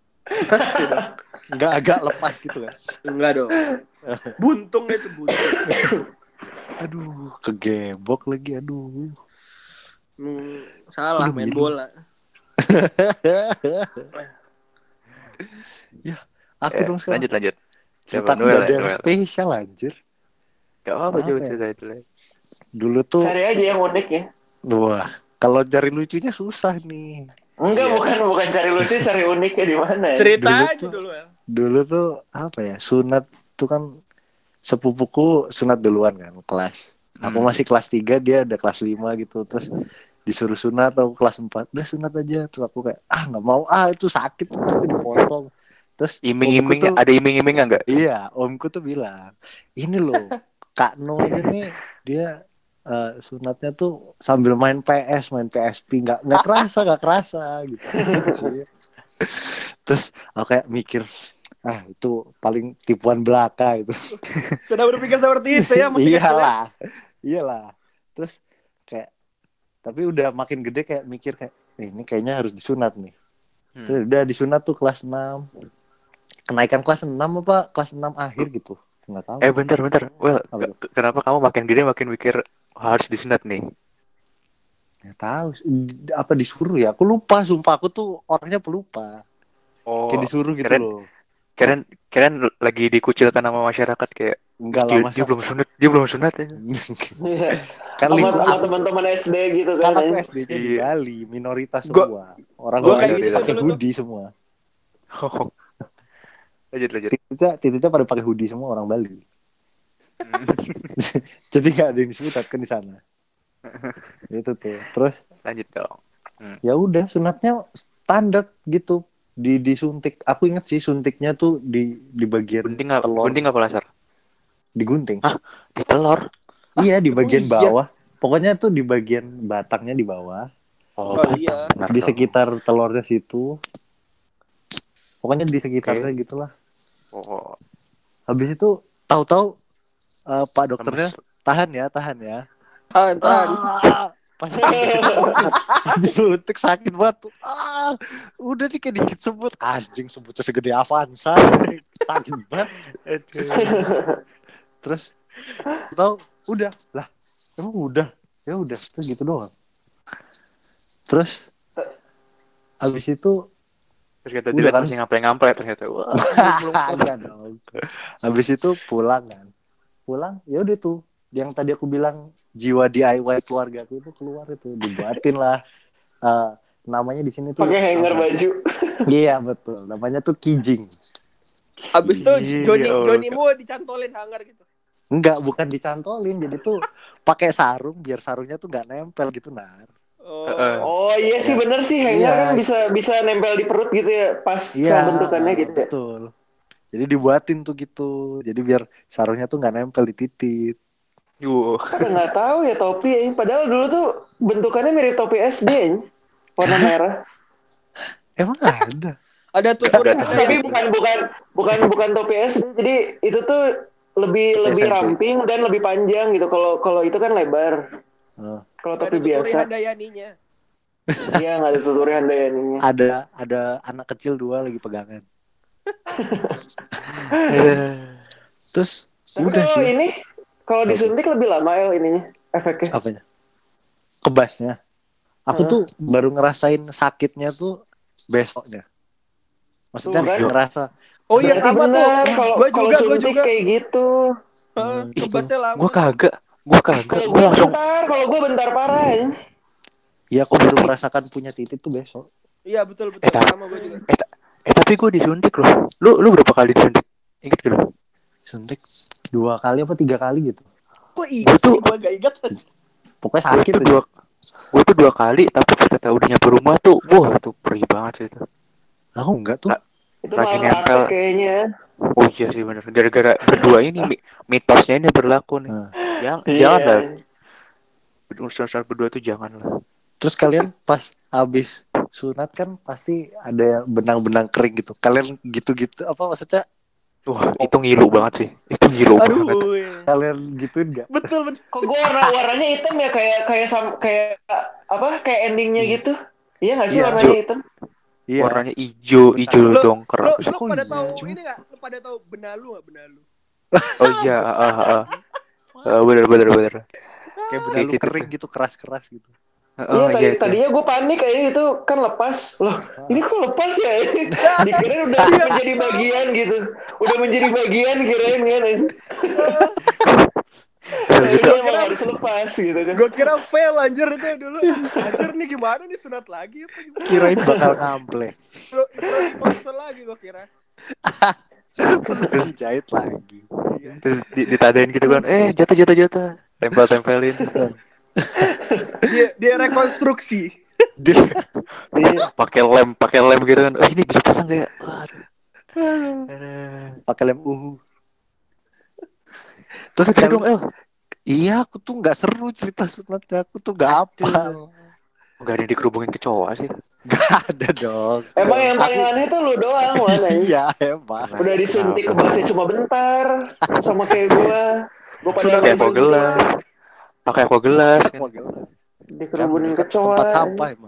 Speaker 2: Nggak agak lepas gitu kan?
Speaker 5: Enggak dong. Buntung itu, buntung.
Speaker 2: Aduh, kegebok lagi, aduh.
Speaker 5: Salah main bola.
Speaker 2: Ya, aku dong sekarang.
Speaker 4: Lanjut.
Speaker 2: Cerita
Speaker 4: Noel,
Speaker 2: ada yang
Speaker 4: Noel.
Speaker 2: spesial anjir.
Speaker 4: Gak apa-apa
Speaker 2: Apa
Speaker 4: coba
Speaker 2: ya?
Speaker 4: cerita itu lah.
Speaker 2: Dulu tuh,
Speaker 3: Cari aja yang unik ya.
Speaker 2: wah, kalau cari lucunya susah nih.
Speaker 3: Enggak,
Speaker 4: Iya.
Speaker 3: bukan cari lucu, cari uniknya di mana ya?
Speaker 5: Cerita
Speaker 2: Dulu
Speaker 5: aja
Speaker 2: tuh-
Speaker 5: dulu ya.
Speaker 2: Dulu tuh apa ya? Sunat tuh kan sepupuku sunat duluan kan kelas. Aku masih kelas 3, dia ada kelas 5 gitu. Terus disuruh sunat atau kelas 4, udah sunat aja. Terus aku kayak, nggak mau, itu sakit, terus dipotong. Terus
Speaker 4: Iming-imingnya,
Speaker 2: omku tuh,
Speaker 4: ada iming-imingnya nggak?
Speaker 2: iya, omku tuh bilang, ini loh, Kak No aja nih, dia sunatnya tuh sambil main PS, main PSP, nggak kerasa gitu. Terus aku kayak mikir, itu paling tipuan belaka itu.
Speaker 5: Sudah berpikir seperti itu ya masih kecil ya.
Speaker 2: Iyalah. Terus kayak, tapi udah makin gede kayak mikir kayak, ini kayaknya harus disunat nih. Terus udah disunat tuh kelas 6. Kenaikan kelas 6 apa kelas 6 akhir gitu. Enggak tahu.
Speaker 4: Bentar. Well,
Speaker 2: Apa tuh?
Speaker 4: kenapa kamu makin gede makin mikir harus disunat nih?
Speaker 2: Nggak tahu. Apa disuruh ya? Aku lupa, sumpah aku tuh orangnya pelupa.
Speaker 4: Oh,
Speaker 2: Kayak disuruh gitu
Speaker 4: keren,
Speaker 2: loh.
Speaker 4: keren lagi dikucilkan sama masyarakat kayak
Speaker 2: Enggak lah,
Speaker 4: dia belum sunat ya.
Speaker 2: Kan
Speaker 3: sama teman-teman SD gitu
Speaker 2: kan
Speaker 3: kan.
Speaker 2: aku SD-nya di
Speaker 4: Iya.
Speaker 2: Bali, minoritas
Speaker 5: Gua-
Speaker 2: semua. Orang
Speaker 5: gua
Speaker 2: Bali
Speaker 5: kayak gitu
Speaker 2: pakai
Speaker 5: dulu tuh.
Speaker 2: hoodie semua.
Speaker 4: Oh. Lanjut.
Speaker 2: Titiknya pada pakai hoodie semua orang Bali. Jadi nggak ada yang disunat kan di sana. Itu tuh. Terus
Speaker 4: Lanjut dong.
Speaker 2: ya udah sunatnya standar gitu. Disuntik. Aku inget sih suntiknya tuh di bagian telur.
Speaker 4: Gunting apa laser?
Speaker 2: Digunting.
Speaker 4: Hah? Di telur?
Speaker 2: Iya, di bagian
Speaker 5: iya?
Speaker 2: bawah. Pokoknya tuh di bagian batangnya di bawah.
Speaker 4: Oh,
Speaker 5: iya.
Speaker 4: benar
Speaker 2: Di
Speaker 4: dong.
Speaker 2: sekitar telurnya situ. Pokoknya di sekitarnya
Speaker 4: Oke.
Speaker 2: gitulah.
Speaker 4: Oh,
Speaker 2: Habis itu tahu-tahu Pak dokternya tahan ya.
Speaker 5: Tahan.
Speaker 2: Pas disuntik sakit banget tuh. Udah nih kayak dikit sebut. Anjing sebutnya segede Avanza. Sakit banget. Terus tahu udah lah. Emang udah. Ya udah, terus gitu doang. Terus habis itu
Speaker 4: terus kata
Speaker 2: Udah
Speaker 4: dia
Speaker 2: kan?
Speaker 4: masih ngample ternyata. Wah,
Speaker 2: enggak dong. Habis itu pulang kan. Pulang ya udah tuh. Yang tadi aku bilang jiwa DIY keluarga aku itu keluar itu, dibuatin lah. Namanya di sini tuh
Speaker 3: Pakai hanger
Speaker 2: apa?
Speaker 3: baju.
Speaker 2: Iya betul. Namanya tuh kijing.
Speaker 5: Abis itu
Speaker 4: Iya,
Speaker 5: Johnny mau dicantolin hanger gitu.
Speaker 2: Enggak, bukan dicantolin. Jadi tuh pakai sarung biar sarungnya tuh nggak nempel gitu nar.
Speaker 3: Oh iya sih bener sih hanger
Speaker 2: Iya.
Speaker 3: kan bisa nempel di perut gitu ya pas
Speaker 2: Iya.
Speaker 3: bentukannya gitu ya.
Speaker 2: Betul. Jadi dibuatin tuh gitu. Jadi biar sarungnya tuh nggak nempel di titik.
Speaker 4: Yuh.
Speaker 3: Udah nggak tahu ya topi ya. Padahal dulu tuh bentukannya mirip topi SD ya. Warna merah.
Speaker 2: Emang ada?
Speaker 5: Ada tuturin ada
Speaker 3: Tapi
Speaker 5: yang
Speaker 3: bukan topi SD. Jadi itu tuh lebih
Speaker 2: SMP.
Speaker 3: ramping dan lebih panjang gitu. Kalau itu kan lebar.
Speaker 2: Oh.
Speaker 3: Kalau
Speaker 5: ada
Speaker 3: topi
Speaker 5: tuturi
Speaker 3: biasa,
Speaker 5: Handayaninya.
Speaker 3: iya nggak ada tuturi handayaninya.
Speaker 2: Ada anak kecil 2 lagi pegangan. Terus
Speaker 3: Tapi
Speaker 2: udah
Speaker 3: kalau
Speaker 2: sih.
Speaker 3: ini kalau disuntik lebih lama ininya efeknya.
Speaker 2: Apanya? Kebasnya. Aku tuh baru ngerasain sakitnya tuh besoknya. Maksudnya
Speaker 3: Tuh kan?
Speaker 2: ngerasa
Speaker 5: Oh iya
Speaker 3: Berarti
Speaker 5: sama tuh.
Speaker 3: benar,
Speaker 5: Gua
Speaker 3: kalau
Speaker 5: juga
Speaker 3: suntik kayak gitu.
Speaker 5: Kebasnya lama.
Speaker 4: Gue kagak.
Speaker 3: Kalau
Speaker 4: Gue langsung.
Speaker 3: kalau gue bentar parah ya.
Speaker 2: ya aku baru merasakan punya titik tuh besok.
Speaker 5: Iya betul
Speaker 4: tak-
Speaker 5: sama gue juga.
Speaker 4: Tapi gue disuntik loh. Lu berapa kali disuntik? Ingat gak lu?
Speaker 2: Suntik 2 kali apa 3 kali gitu.
Speaker 5: Kok ingat sih gue gak ingat.
Speaker 2: Pokoknya
Speaker 4: Gue
Speaker 2: sakit
Speaker 4: tuh
Speaker 2: aja.
Speaker 4: gue tuh 2 kali, tapi ternyata udah nyampe rumah tuh, wah tuh perih banget sih itu.
Speaker 2: Aku enggak tuh.
Speaker 3: Itu
Speaker 4: Lagi
Speaker 3: malah
Speaker 4: nempel.
Speaker 3: praktek kayaknya.
Speaker 4: Oh iya sih bener. Gara-gara berdua ini mitosnya ini berlaku nih. Jangan lah. Urusan berdua tuh jangan lah.
Speaker 2: Terus kalian pas habis sunat kan pasti ada benang-benang kering gitu. Kalian gitu-gitu apa maksudnya?
Speaker 4: Wah itu ngilu banget sih. Itu ngilu banget.
Speaker 5: Aduh.
Speaker 2: Kalian gituin enggak?
Speaker 5: Betul.
Speaker 3: Kok gue warnanya hitam ya kayak endingnya gitu. Iya nggak sih
Speaker 2: Iya.
Speaker 3: warnanya hitam?
Speaker 2: Iya.
Speaker 4: Warnanya hijau
Speaker 5: Lu-
Speaker 4: dongker.
Speaker 5: Lu
Speaker 2: Kok
Speaker 5: pada
Speaker 2: iya?
Speaker 5: tahu ini enggak? Lu pada tahu benalu enggak benalu?
Speaker 4: Oh iya, bener.
Speaker 2: Kayak benalu
Speaker 4: Gitu.
Speaker 2: kering gitu keras-keras gitu.
Speaker 3: Iya
Speaker 4: Iya,
Speaker 3: tadinya gue panik kayak itu kan lepas loh. Ini kok lepas ya? Dikirain udah menjadi bagian gitu. Udah menjadi bagian kirain kan.
Speaker 4: gitu.
Speaker 3: Ini emang harus lepas gitu kan.
Speaker 5: Gue kira fail anjir itu dulu. Anjir nih gimana nih sunat lagi apa gimana?
Speaker 2: Kirain bakal ngample.
Speaker 5: Pro di konsol lagi gue kira.
Speaker 2: Dijahit lagi.
Speaker 4: Terus ditadain gitu kan, jatuh. Tempelin.
Speaker 5: Dia rekonstruksi.
Speaker 2: Dia
Speaker 4: Pakai lem gitu kan. Ini bisa pasang kayak. Aduh.
Speaker 2: Pakai lem Terus
Speaker 4: Cerita dong,
Speaker 2: kalau iya aku tuh nggak seru cerita sunatnya, aku tuh nggak apa.
Speaker 4: Gak ada yang dikerubungin kecoa sih.
Speaker 2: Gak ada dong.
Speaker 3: Emang yang paling aneh tuh lu doang, mana?
Speaker 2: Iya emang.
Speaker 3: Udah disuntik kebasnya cuma bentar, sama kayak gue pada
Speaker 4: Pakai aqua gelas. Pakai aqua gelas.
Speaker 2: Mau gelas.
Speaker 3: dikerubunin
Speaker 2: Kan
Speaker 3: kecoa.
Speaker 2: tempat sampah emang.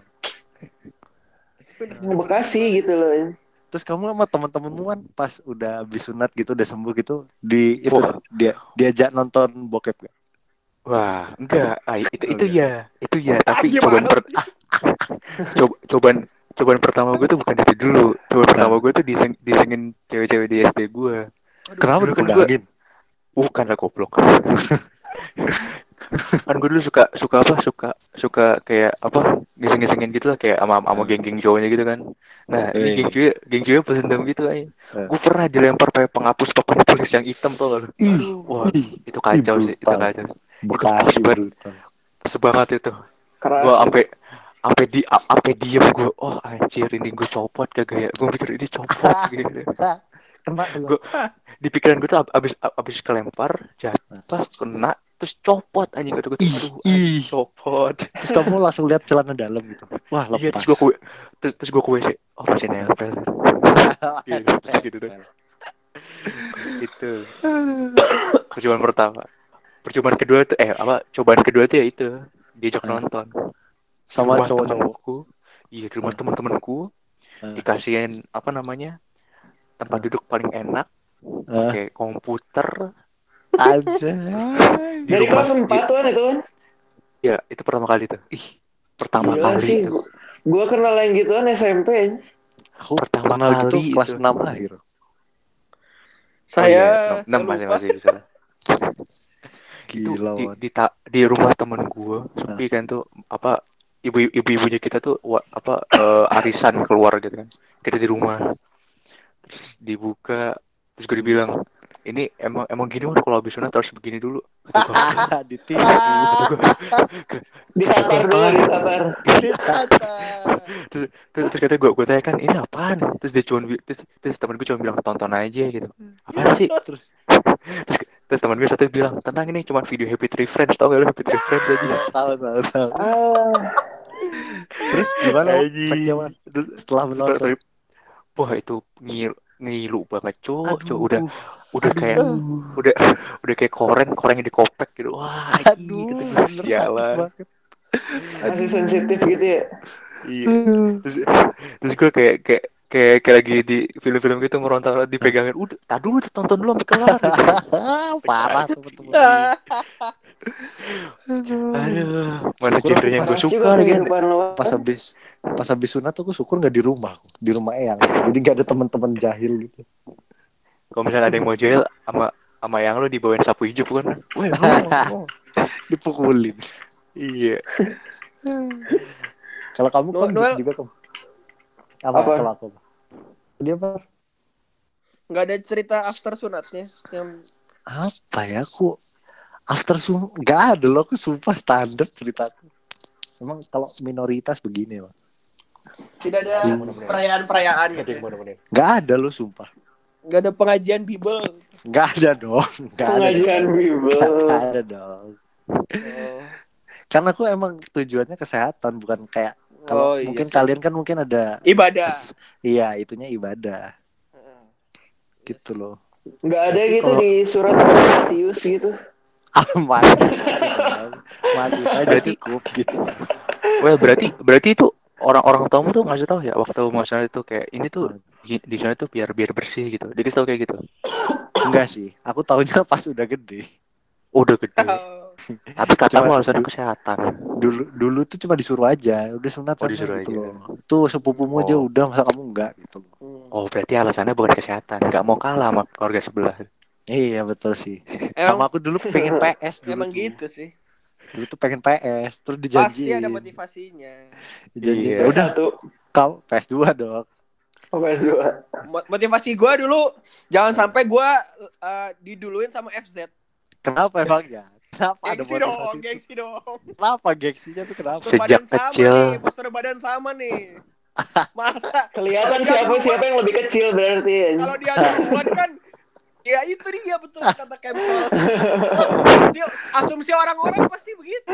Speaker 3: Bekasi gitu loh.
Speaker 2: Terus kamu sama teman-temanmu kan pas udah habis sunat gitu, udah sembuh gitu, di itu
Speaker 4: Wah.
Speaker 2: diajak nonton bokep gak?
Speaker 4: Wah, enggak. Itu
Speaker 2: Enggak.
Speaker 4: ya. Tapi
Speaker 5: Gimana sih?
Speaker 4: cobaan pertama gue tuh bukan itu dulu. Cobaan pertama gue tuh disengin cewek-cewek di SD gue.
Speaker 2: Kenapa
Speaker 4: dulu
Speaker 2: tuh
Speaker 4: kan gua-
Speaker 2: pegangin?
Speaker 4: Bukan lah goblok. Kan gue dulu suka kayak apa ngiseng-ngisengin gitu lah kayak sama geng-geng cowoknya gitu kan. Nah, ini geng cewek pesendam gitu aja. Gue pernah dilempar pakai penghapus papan tulis yang hitam tuh loh. Wah, itu kacau sih, itu kacau.
Speaker 2: Bekasi brutal.
Speaker 4: Sebanget itu.
Speaker 3: Keras.
Speaker 4: Gue sampai diem gue. Oh anjir, ini gue copot kagak ya? Gue mikir ini copot gitu.
Speaker 2: Kena tuh.
Speaker 4: Gue di pikiran gue tuh abis kelempar jatuh kena terus copot anjing kata gue aduh copot.
Speaker 2: Terus kamu langsung lihat celana dalam gitu. Wah,
Speaker 4: Iya,
Speaker 2: lepas.
Speaker 4: terus gue ke WC. Oh masih nempel. Gitu deh. Itu percobaan pertama. Percobaan kedua tuh cobaan kedua tuh ya itu diajak nonton
Speaker 2: Sama
Speaker 4: Di rumah
Speaker 2: cowok-cowok.
Speaker 4: temenku. Iya, di rumah temen-temenku dikasihin apa namanya tempat duduk paling enak pakai komputer
Speaker 2: Aja.
Speaker 4: di
Speaker 3: Dari
Speaker 4: rumah.
Speaker 3: kelas 4 tuan itu kan?
Speaker 4: Ya itu pertama kali tuh. Pertama
Speaker 3: Gila
Speaker 4: kali
Speaker 3: sih.
Speaker 4: itu.
Speaker 3: Gue kenal yang gituan SMP.
Speaker 2: Aku
Speaker 4: Pertama
Speaker 2: kenal gitu
Speaker 4: kali
Speaker 2: kelas
Speaker 4: itu.
Speaker 2: 6 akhir.
Speaker 5: Saya
Speaker 4: saya
Speaker 5: lupa.
Speaker 4: masih bisa.
Speaker 2: Gila,
Speaker 4: Itu
Speaker 2: Wan.
Speaker 4: di rumah temen gue sepi kan tuh apa ibu-ibunya kita tuh arisan keluar gitu kan. Kita di rumah. Terus dibuka terus gue dibilang ini emang gini kan kalau habis sunat harus begini dulu.
Speaker 2: Ditipu.
Speaker 3: Ditatar dulu, ditatar.
Speaker 4: terus kata gue tanya kan ini apaan terus dia cuma terus temen gue cuma bilang tonton aja gitu apaan sih terus temen gue satu bilang tenang ini cuma video Happy Tree Friends tau gak lu Happy Tree Friends aja
Speaker 2: Tahu. Terus gimana
Speaker 4: Anjing.
Speaker 2: efeknya, Wan? Setelah menonton?
Speaker 4: wah itu ngilu banget cuk
Speaker 2: Aduh.
Speaker 4: udah kayak udah kayak koreng yang dikopek gitu wah
Speaker 2: Aduh,
Speaker 4: gitu
Speaker 2: bener sakit
Speaker 4: sialan
Speaker 2: banget.
Speaker 3: Masih sensitif gitu ya.
Speaker 4: iya terus gue kayak lagi di film-film gitu meronta dipegangin udah tadu tonton dulu sampai kelar gitu.
Speaker 2: Parah temen-temen.
Speaker 4: Aduh mana
Speaker 2: Syukur aku
Speaker 4: genre yang gue
Speaker 3: Keras
Speaker 4: suka
Speaker 3: juga
Speaker 4: lagi
Speaker 3: kehidupan lo.
Speaker 2: Pas habis sunat tuh aku syukur nggak di rumah Eyang. Jadi nggak ada teman-teman jahil gitu.
Speaker 4: kalau misalnya ada yang mau jahil sama yang lo dibawain sapu hijau kan wah
Speaker 2: Dipukulin.
Speaker 4: iya
Speaker 2: Kalau kamu kan
Speaker 5: Noel.
Speaker 2: juga kamu.
Speaker 3: Apa?
Speaker 2: Kalau aku? Dia apa?
Speaker 5: Nggak ada cerita after sunatnya yang
Speaker 2: Apa ya aku after sunat nggak ada loh, aku sumpah standar ceritaku. Emang kalau minoritas begini Bang.
Speaker 5: tidak ada perayaan-perayaan gitu.
Speaker 2: Nggak ada loh sumpah.
Speaker 5: Nggak ada pengajian Bible.
Speaker 2: Nggak ada dong. Nggak ada.
Speaker 3: Pengajian Bible.
Speaker 2: Nggak ada dong. Karena aku emang tujuannya kesehatan, bukan kayak kalau
Speaker 5: iya
Speaker 2: mungkin
Speaker 5: sih.
Speaker 2: kalian kan mungkin ada
Speaker 5: Ibadah.
Speaker 2: iya itunya ibadah gitu loh.
Speaker 3: Nggak ada gitu di surat Matius gitu.
Speaker 2: Mati saja cukup gitu.
Speaker 4: wah berarti itu orang-orang tamu tuh ngasih tahu ya waktu masalah itu kayak ini tuh di sana tuh biar bersih gitu dia tahu kayak gitu
Speaker 2: Enggak sih, aku tahunya pas udah gede.
Speaker 4: udah gede tapi katamu
Speaker 2: Cuma-
Speaker 4: alasan kesehatan
Speaker 2: Dulu tuh cuma disuruh aja, udah sunat sana
Speaker 4: disuruh
Speaker 2: gitu
Speaker 4: aja.
Speaker 2: loh. Tuh sepupumu aja
Speaker 4: Oh.
Speaker 2: udah, masa kamu enggak gitu loh.
Speaker 4: oh berarti alasannya bukan kesehatan nggak mau kalah sama keluarga sebelah
Speaker 2: Iya betul sih.
Speaker 5: Emang,
Speaker 2: Sama aku dulu pengen PS dulu.
Speaker 5: emang
Speaker 2: tuh.
Speaker 5: gitu sih.
Speaker 2: Dulu tuh pengen PS, terus
Speaker 5: Pasti
Speaker 2: dijanjiin.
Speaker 5: ada motivasinya.
Speaker 2: Dijanjiin.
Speaker 4: Iya.
Speaker 2: Ya udah
Speaker 3: Satu.
Speaker 2: kau PS2 dong.
Speaker 3: PS2.
Speaker 5: Motivasi gue dulu jangan sampai gue diduluin sama FZ.
Speaker 2: Kenapa emangnya? Kenapa ada
Speaker 5: Gengsi dong,
Speaker 2: motivasi itu?
Speaker 5: gengsi dong.
Speaker 2: Kenapa gengsinya tuh kenapa?
Speaker 5: Postur badan
Speaker 4: Sejak
Speaker 5: sama
Speaker 4: kecil.
Speaker 5: nih, postur badan sama nih. Masa
Speaker 3: Kelihatan
Speaker 5: kalau dia
Speaker 3: siapa yang lebih kecil berarti ya.
Speaker 5: kalau dia duluan kan ya itu dia betul kata Kemsol. Berarti asumsi orang-orang pasti begitu.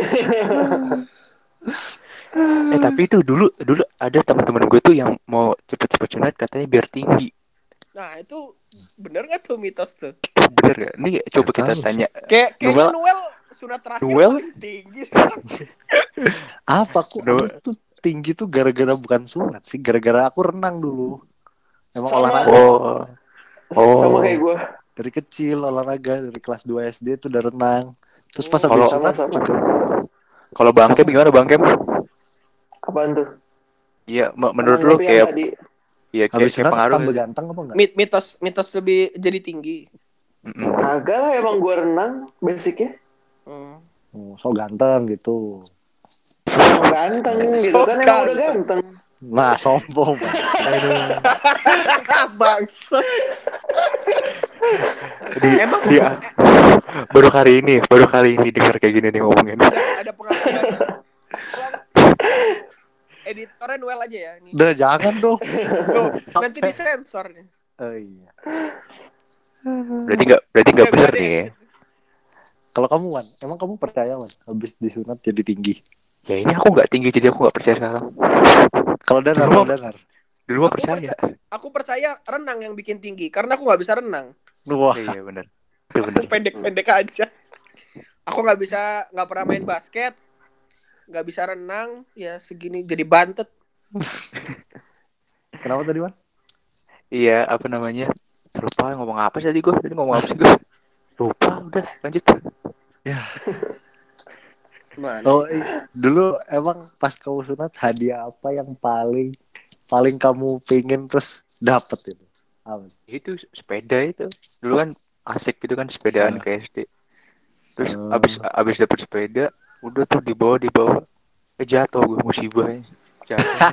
Speaker 4: Tapi itu dulu ada teman-teman gue tuh yang mau cepet-cepet sunat katanya biar tinggi.
Speaker 5: Nah itu bener nggak tuh mitos tuh?
Speaker 4: Bener gak? Nih coba kita
Speaker 2: Tahu.
Speaker 4: tanya.
Speaker 5: Kayaknya Noel sunat terakhir
Speaker 4: Noel?
Speaker 5: paling tinggi sekarang.
Speaker 2: Apa aku tuh tinggi tuh gara-gara bukan sunat sih, gara-gara aku renang dulu. Emang
Speaker 3: Sama.
Speaker 2: olahraga
Speaker 3: Sama kayak gue.
Speaker 2: dari kecil, olahraga dari kelas 2 SD tuh udah renang. Terus pas
Speaker 4: Kalau-
Speaker 2: habis sunat
Speaker 3: sama-sama.
Speaker 2: juga
Speaker 4: Kalau Bang Kem gimana Bang Kem?
Speaker 3: Apaan tuh?
Speaker 4: Iya, menurut lu
Speaker 3: Tapi yang
Speaker 4: kayak
Speaker 3: tadi.
Speaker 4: iya
Speaker 2: habis
Speaker 4: kayak
Speaker 2: sunat
Speaker 4: pengaruh.
Speaker 2: tambah ganteng apa enggak?
Speaker 5: Mitos lebih jadi tinggi.
Speaker 4: Mm-mm.
Speaker 3: Agak lah emang gue renang basicnya.
Speaker 2: Oh, so ganteng gitu.
Speaker 3: So ganteng gitu
Speaker 5: So
Speaker 3: kan emang udah
Speaker 5: ganteng.
Speaker 3: ganteng.
Speaker 2: Nah, sombong.
Speaker 5: Bangsa. Emang
Speaker 4: Baru kali ini dengar kayak gini nih ngomongin.
Speaker 5: ada pengakuan. Editornya Noel aja ya. Nih.
Speaker 2: Udah jangan dong.
Speaker 5: Loh, nanti disensor nih.
Speaker 2: Oh iya.
Speaker 4: Berarti nggak
Speaker 5: Udah, gua
Speaker 4: benar
Speaker 5: deh.
Speaker 4: nih.
Speaker 2: Kalau kamu Wan, emang kamu percaya Wan habis disunat jadi tinggi?
Speaker 4: Ya ini aku nggak tinggi jadi aku nggak percaya sekarang.
Speaker 2: Kalau Danar,
Speaker 4: Dulu mah
Speaker 5: Aku
Speaker 4: percaya.
Speaker 5: Aku percaya renang yang bikin tinggi karena aku nggak bisa renang.
Speaker 2: Wah,
Speaker 4: Iya benar. Itu benar.
Speaker 5: Aku pendek-pendek aja. Aku nggak pernah main basket, nggak bisa renang, ya segini jadi bantet.
Speaker 2: kenapa tadi Wan?
Speaker 4: Iya, apa namanya? Lupa ngomong apa sih tadi gue? Tadi ngomong apa sih gue? Lupa, udah lanjut.
Speaker 5: Mana?
Speaker 2: Oh, dulu emang pas kamu sunat hadiah apa yang paling kamu pengen terus dapet itu? Apa?
Speaker 4: Itu sepeda itu. Dulu kan asik gitu kan sepedaan ke SD. Terus abis dapet sepeda, udah tuh dibawa jatuh gue musibahnya. Jatuh.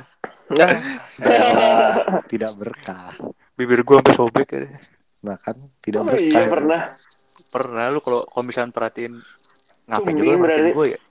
Speaker 2: Tidak berkah.
Speaker 4: Bibir gue sampai sobek ya.
Speaker 2: Nah kan tidak
Speaker 3: Oh
Speaker 2: berkah.
Speaker 3: iya pernah.
Speaker 4: Pernah lu kalau misalnya perhatiin ngapain
Speaker 3: Sumbing
Speaker 4: juga lu
Speaker 3: berarti.
Speaker 4: ngatain gue ya?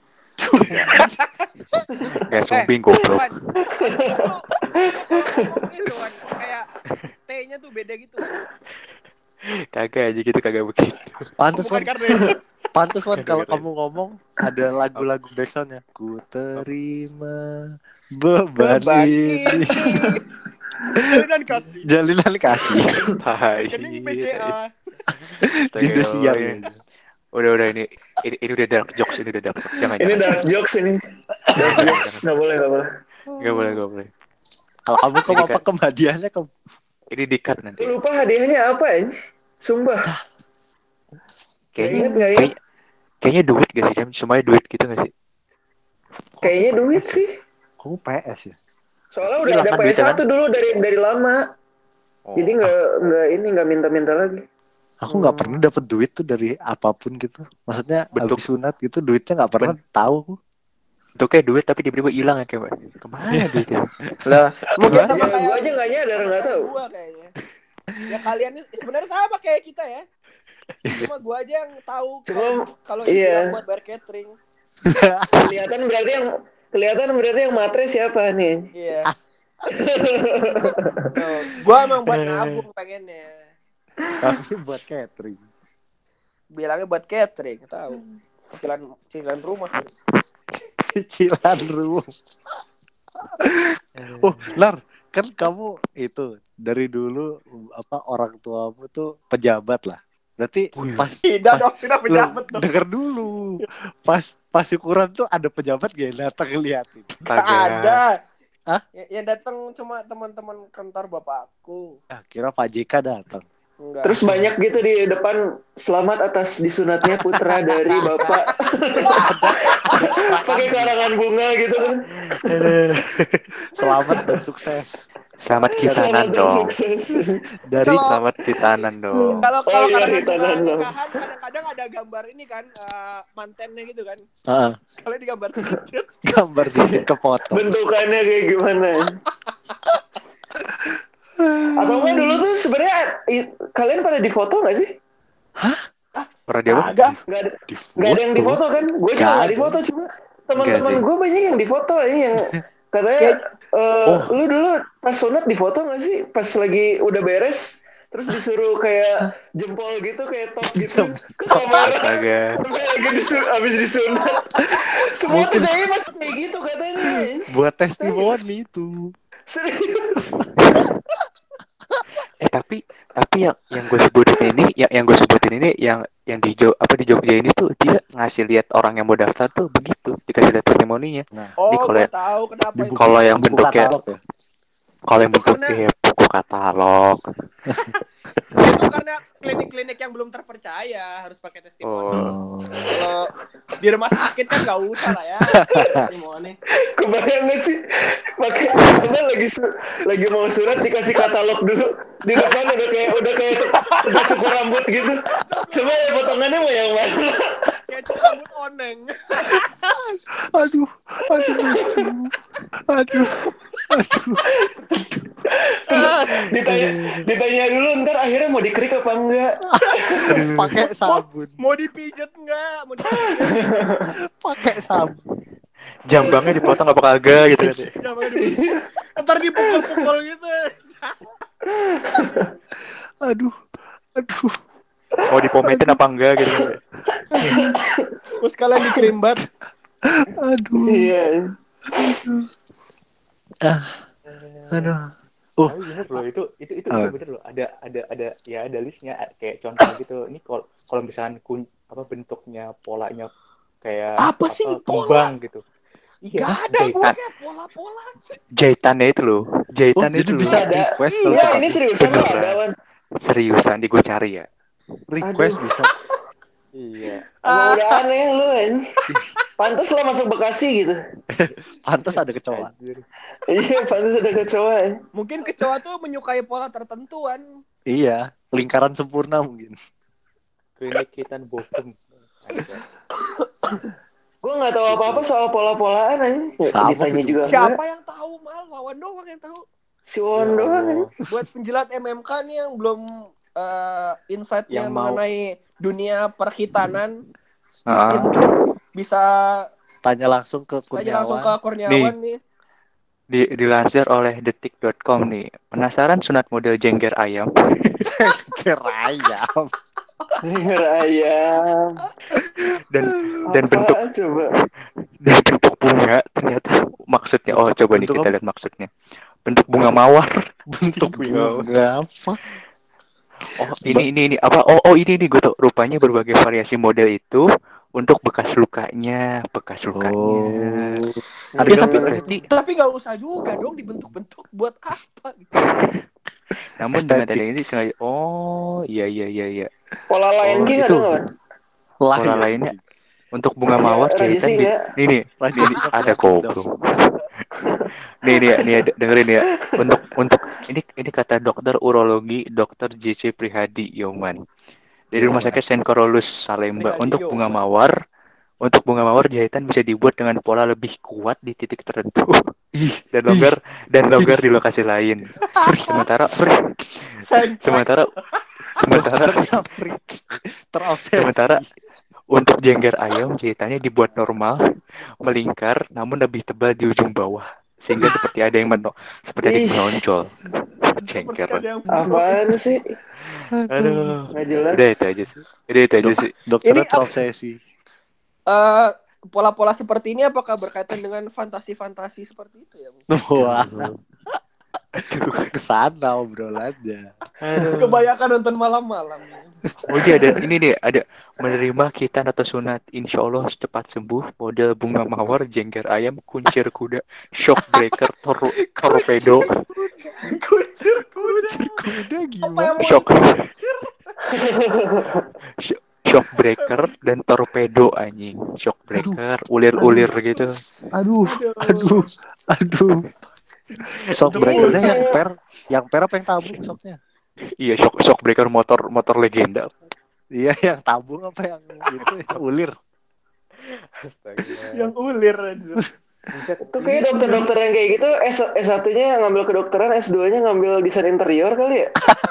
Speaker 4: Gak sumbing goblok.
Speaker 5: Wan, lu kalau ngomong gitu Wan, kayak T-nya tuh beda gitu kan.
Speaker 4: Kagak aja gitu kagak begitu.
Speaker 2: Pantes
Speaker 5: Bukan
Speaker 2: Wan,
Speaker 5: karena itu.
Speaker 2: pantes Wan kalau kamu ngomong ada lagu-lagu backsoundnya. Ku terima beban ini.
Speaker 5: Jalinan kasih.
Speaker 2: Jalinan kasih.
Speaker 4: Hai.
Speaker 5: Rekening BCA.
Speaker 2: Di Indosiar ya.
Speaker 4: Udah ini udah dark jokes Jangan.
Speaker 3: Ini dark jokes ini. Dark jokes nggak boleh.
Speaker 4: Gak boleh.
Speaker 2: Kalau kamu apa hadiahnya kamu?
Speaker 4: Ini di-cut nanti.
Speaker 3: Gue lupa hadiahnya apa ya? Sumpah.
Speaker 4: Kayaknya duit gak sih? Semuanya duit gitu gak sih?
Speaker 3: Kayaknya duit sih.
Speaker 2: Kamu PS ya?
Speaker 3: Soalnya udah ada
Speaker 4: Hilang kan
Speaker 3: PS1
Speaker 4: duitnya kan?
Speaker 3: dulu dari lama.
Speaker 4: Oh.
Speaker 3: Jadi nggak minta-minta lagi.
Speaker 2: Aku nggak pernah dapet duit tuh dari apapun gitu. Maksudnya
Speaker 4: Bentuk.
Speaker 2: habis sunat gitu duitnya nggak pernah tahu.
Speaker 4: Itu kayak duit tapi tiba-tiba hilang ya kayak kemana duitnya?
Speaker 5: Lah, mungkin
Speaker 3: Ya,
Speaker 5: sama kayak
Speaker 3: gue aja nggak nyadar nggak tahu.
Speaker 5: Gua kayaknya. Ya kalian sebenarnya sama kayak kita ya. Cuma gua aja yang tahu kalau
Speaker 3: iya.
Speaker 5: buat bayar catering.
Speaker 3: Kelihatan berarti yang matre siapa nih?
Speaker 5: Iya. Gua emang buat nabung pengennya.
Speaker 2: Tapi buat catering.
Speaker 5: Bilangnya buat catering, tahu. Cicilan rumah.
Speaker 2: Cicilan rumah. Oh, Lar, kan kamu itu dari dulu apa orang tuamu tuh pejabat lah. Berarti
Speaker 5: Tidak pejabat dong.
Speaker 2: denger dulu. Pas syukuran tuh ada pejabat gak yang datang ngeliatin?
Speaker 5: Ada.
Speaker 2: Hah?
Speaker 5: Yang datang cuma teman-teman kantor bapakku.
Speaker 2: Kira Pak JK datang.
Speaker 5: Enggak.
Speaker 3: Terus banyak gitu di depan selamat atas disunatnya putra dari bapak. Pakai karangan bunga gitu kan.
Speaker 2: Selamat dan sukses.
Speaker 4: Selamat hitanan
Speaker 3: Selamat dan
Speaker 4: dong.
Speaker 3: sukses.
Speaker 2: Dari
Speaker 4: Selamat hitanan dong.
Speaker 5: Kalau
Speaker 3: Oh, iya,
Speaker 5: karangan
Speaker 3: hitanan
Speaker 5: bunga
Speaker 3: dong.
Speaker 5: nikahan kadang-kadang ada gambar ini kan mantennya gitu kan.
Speaker 2: Heeh,
Speaker 5: Kalau digambar sedikit.
Speaker 2: gambar dikit ke foto.
Speaker 3: Bentukannya kayak gimana? Atau enggak dulu tuh sebenarnya kalian pada difoto nggak sih?
Speaker 4: Pernah dia apa?
Speaker 5: Agak.
Speaker 3: Nggak ada yang difoto kan? Gue juga nggak difoto, cuma teman-teman
Speaker 4: Nggak,
Speaker 3: gue banyak yang difoto yang Katanya
Speaker 5: Kayak-
Speaker 3: lu dulu pas sunat difoto nggak sih? Pas lagi udah beres, terus disuruh kayak jempol gitu, kayak top gitu ke kamera.
Speaker 4: Astaga.
Speaker 3: Tapi lagi habis disunat. Semua tuh kayaknya pas kayak gitu katanya.
Speaker 6: Buat testimoni itu.
Speaker 3: Serius.
Speaker 4: Tapi yang gue sebutin ini yang gue sebutin ini yang di Jogja ini tuh dia ngasih lihat orang yang mau daftar tuh begitu, dikasih lihat testimoninya.
Speaker 2: Nah,
Speaker 4: Ini
Speaker 5: Oh,
Speaker 4: kalau
Speaker 5: gue tahu kenapa itu.
Speaker 4: kalau yang
Speaker 2: buku
Speaker 4: bentuknya
Speaker 2: katalog ya.
Speaker 4: kalau yang
Speaker 5: Itu
Speaker 4: bentuknya buku katalog.
Speaker 5: Itu karena klinik-klinik yang belum terpercaya harus pakai testimoni.
Speaker 4: Oh.
Speaker 5: Kalau di rumah sakit kan gak usah lah ya testimoni.
Speaker 3: Kebayang gak sih pakai apa lagi mau surat dikasih katalog dulu di depan udah cukur rambut gitu. Coba ya potongannya mau yang mana?
Speaker 5: Kayak cuma rambut oneng.
Speaker 6: Aduh, lucu. Aduh.
Speaker 3: Ditanya dulu ntar akhirnya mau dikerik apa enggak?
Speaker 6: Pakai sabun.
Speaker 5: Mau dipijet enggak? Mau dipijet.
Speaker 6: Pakai sabun.
Speaker 4: Jambangnya dipotong apa kagak gitu kan.
Speaker 5: Jangan dipijet. Ntar dipukul-pukul gitu.
Speaker 6: Aduh.
Speaker 4: Mau dipometin apa enggak gitu.
Speaker 5: Terus kalian dikerimbat.
Speaker 6: Aduh.
Speaker 3: Iya.
Speaker 6: Aduh.
Speaker 4: Tapi bener loh itu bener loh. Ada listnya kayak contoh gitu. Ini kalau misalkan bentuknya polanya kayak
Speaker 5: Apa sih
Speaker 4: kembang gitu. Iya,
Speaker 5: Gak ada pokoknya pola-pola.
Speaker 4: jahitannya itu loh. Jahitannya
Speaker 6: Jadi
Speaker 4: itu
Speaker 6: bisa
Speaker 4: loh.
Speaker 3: Ada.
Speaker 6: request
Speaker 3: Iya,
Speaker 6: kalau
Speaker 3: ini seriusan loh
Speaker 4: Beneran.
Speaker 3: ada Wan.
Speaker 4: Seriusan di gue cari ya.
Speaker 6: request bisa.
Speaker 4: Iya.
Speaker 3: Emang udah aneh lu kan. Pantes lah masuk Bekasi gitu.
Speaker 6: Pantas ada kecoa.
Speaker 4: Anjir.
Speaker 3: Iya, pantes ada kecoa.
Speaker 5: Mungkin kecoa tuh menyukai pola tertentuan.
Speaker 6: Iya, lingkaran sempurna mungkin.
Speaker 4: Klinik Kitan Bokum.
Speaker 3: Gue nggak tahu apa-apa soal pola-polaan aja.
Speaker 6: Sama
Speaker 3: Ditanya
Speaker 6: gitu.
Speaker 3: juga
Speaker 5: Siapa
Speaker 3: enggak.
Speaker 5: yang tahu? Mal Wawan doang yang tahu.
Speaker 3: Si Won doang kan.
Speaker 5: Buat penjilat MMK nih yang belum insight-nya
Speaker 4: Yang mau-
Speaker 5: mengenai dunia perhitanan,
Speaker 4: Heeh.
Speaker 5: mungkin bisa
Speaker 2: Tanya langsung ke
Speaker 5: tanya langsung ke
Speaker 2: Kurniawan.
Speaker 5: Kurniawan nih.
Speaker 4: Dilansir oleh detik.com nih. Penasaran sunat model jengger ayam?
Speaker 2: Kerayam.
Speaker 3: Dengar ayam.
Speaker 4: dan bentuk
Speaker 3: Apaan coba?
Speaker 4: dan bentuk bunga ternyata maksudnya coba nih
Speaker 2: Bentuk
Speaker 4: kita
Speaker 2: apa?
Speaker 4: lihat maksudnya. Bentuk bunga mawar.
Speaker 2: Bentuk
Speaker 4: Bunga.
Speaker 2: bunga apa?
Speaker 4: Ini apa? Ini gue tuh rupanya berbagai variasi model itu untuk bekas lukanya.
Speaker 2: Oh.
Speaker 6: Ya,
Speaker 2: Ada
Speaker 6: tapi-
Speaker 2: gambar.
Speaker 5: Tapi nggak usah juga dong dibentuk-bentuk buat apa gitu.
Speaker 4: Namun
Speaker 2: Estetik.
Speaker 4: dengan adanya ini sengaja. Iya.
Speaker 3: Pola lain
Speaker 4: Oh,
Speaker 3: gitu
Speaker 4: itu.
Speaker 3: ada nggak? Wan?
Speaker 4: Pola lainnya untuk bunga mawar
Speaker 3: Raja
Speaker 4: jahitan
Speaker 3: sih
Speaker 4: di
Speaker 3: nggak?
Speaker 4: ini
Speaker 6: Lanjut.
Speaker 4: ada goblok. Nih dengerin ya. Untuk ini kata dokter urologi Dr. JC Prihadi Yoman dari Rumah Sakit St. Carolus Salemba.
Speaker 5: Prihadi
Speaker 4: Untuk bunga
Speaker 5: Yoman.
Speaker 4: mawar jahitan bisa dibuat dengan pola lebih kuat di titik tertentu dan longgar di lokasi lain. Sementara
Speaker 2: Terobsesi.
Speaker 4: sementara untuk jengger ayam jahitannya dibuat normal, melingkar namun lebih tebal di ujung bawah sehingga seperti ada yang menonjol. Jengger.
Speaker 5: Seperti ada yang
Speaker 3: Apaan sih?
Speaker 4: Aduh.
Speaker 3: Nggak jelas.
Speaker 4: Udah itu aja sih.
Speaker 6: Dokternya
Speaker 5: Ini-
Speaker 6: terobsesi.
Speaker 5: pola-pola seperti ini apakah berkaitan dengan fantasi-fantasi seperti itu ya?
Speaker 6: Wah, kesana obrolannya.
Speaker 5: Kebanyakan nonton malam-malam.
Speaker 4: Oh iya ada menerima khitan atau sunat insya Allah cepat sembuh model bunga mawar jengger ayam kuncir kuda shock breaker torpedo
Speaker 5: Kucir kuda.
Speaker 2: Kuda
Speaker 5: Apa
Speaker 2: gimana?
Speaker 5: yang mau
Speaker 4: Shock.
Speaker 5: dikucir?
Speaker 4: shock breaker dan torpedo anjing shock breaker ulir gitu.
Speaker 2: Aduh.
Speaker 6: Shock breakernya yang per apa yang tabung shocknya?
Speaker 4: Iya shock breaker motor legenda.
Speaker 6: Iya, yang tabung apa yang gitu, yang ulir.
Speaker 5: Yang ulir anjir.
Speaker 3: Itu kayak dokter-dokter yang kayak gitu S1-nya ngambil kedokteran, S2-nya ngambil desain interior kali ya?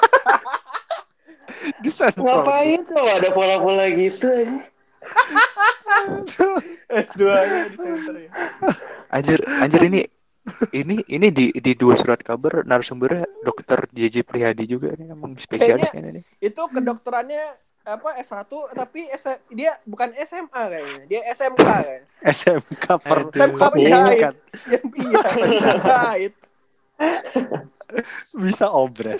Speaker 6: Desain
Speaker 3: Ngapain tuh ada pola-pola gitu aja?
Speaker 5: S2-nya di center ya.
Speaker 4: Anjir ini ini di dua surat kabar narasumbernya Dokter JJ Prihadi juga nih, emang spesialis
Speaker 5: Kayaknya
Speaker 4: ini.
Speaker 5: itu kedokterannya apa S1 tapi dia bukan SMA kayaknya. Dia SMK kayaknya.
Speaker 6: SMK
Speaker 5: SMK penjahit. Iya, penjahit.
Speaker 6: Bisa obres.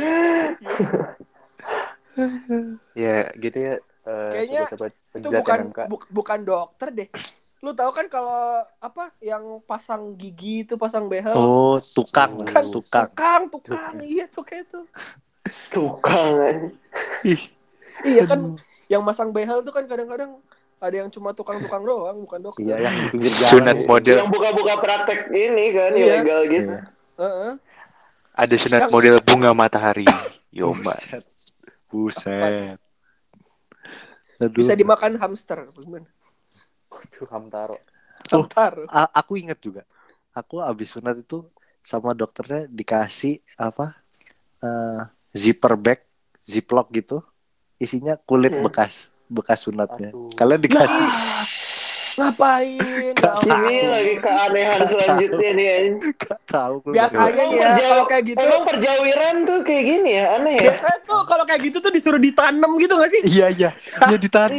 Speaker 4: Ya, gitu ya.
Speaker 5: Kayaknya
Speaker 4: sobat-sobat
Speaker 5: itu
Speaker 4: penjilat
Speaker 5: bukan
Speaker 4: MMK.
Speaker 5: bukan dokter deh. Lu tahu kan kalau apa yang pasang gigi itu pasang behel
Speaker 2: Oh, tukang.
Speaker 5: kan
Speaker 2: Tukang.
Speaker 5: tukang iya tuh kayak tuh.
Speaker 3: Tukang.
Speaker 5: Iya kan yang masang behel tuh kan kadang-kadang ada yang cuma tukang-tukang doang bukan dokter.
Speaker 2: Iya, yang di pinggir jalan.
Speaker 4: Sunat model.
Speaker 3: Yang buka-buka praktek ini kan
Speaker 5: Iya.
Speaker 3: ilegal gitu.
Speaker 2: Iya.
Speaker 5: Heeh.
Speaker 4: Ada sunat
Speaker 5: Yang-
Speaker 4: model bunga matahari. Yoma.
Speaker 6: Buset. Aduh.
Speaker 5: Bisa dimakan hamster gimana?
Speaker 4: Waduh, Hamtaro.
Speaker 5: Hamster.
Speaker 6: Aku ingat juga. Aku abis sunat itu sama dokternya dikasih apa? Zipper bag, ziplock gitu. Isinya kulit bekas sunatnya.
Speaker 4: Aduh.
Speaker 6: Kalian dikasih
Speaker 5: Ngapain?
Speaker 3: Ini lagi keanehan selanjutnya nih.
Speaker 6: gak tahu.
Speaker 5: Biasanya nih ya kalau kayak gitu.
Speaker 3: Emang perjawiran tuh kayak gini ya, aneh ya.
Speaker 5: Biasanya tuh kalau kayak gitu tuh disuruh ditanam gitu gak sih?
Speaker 6: Iya dia ditanam.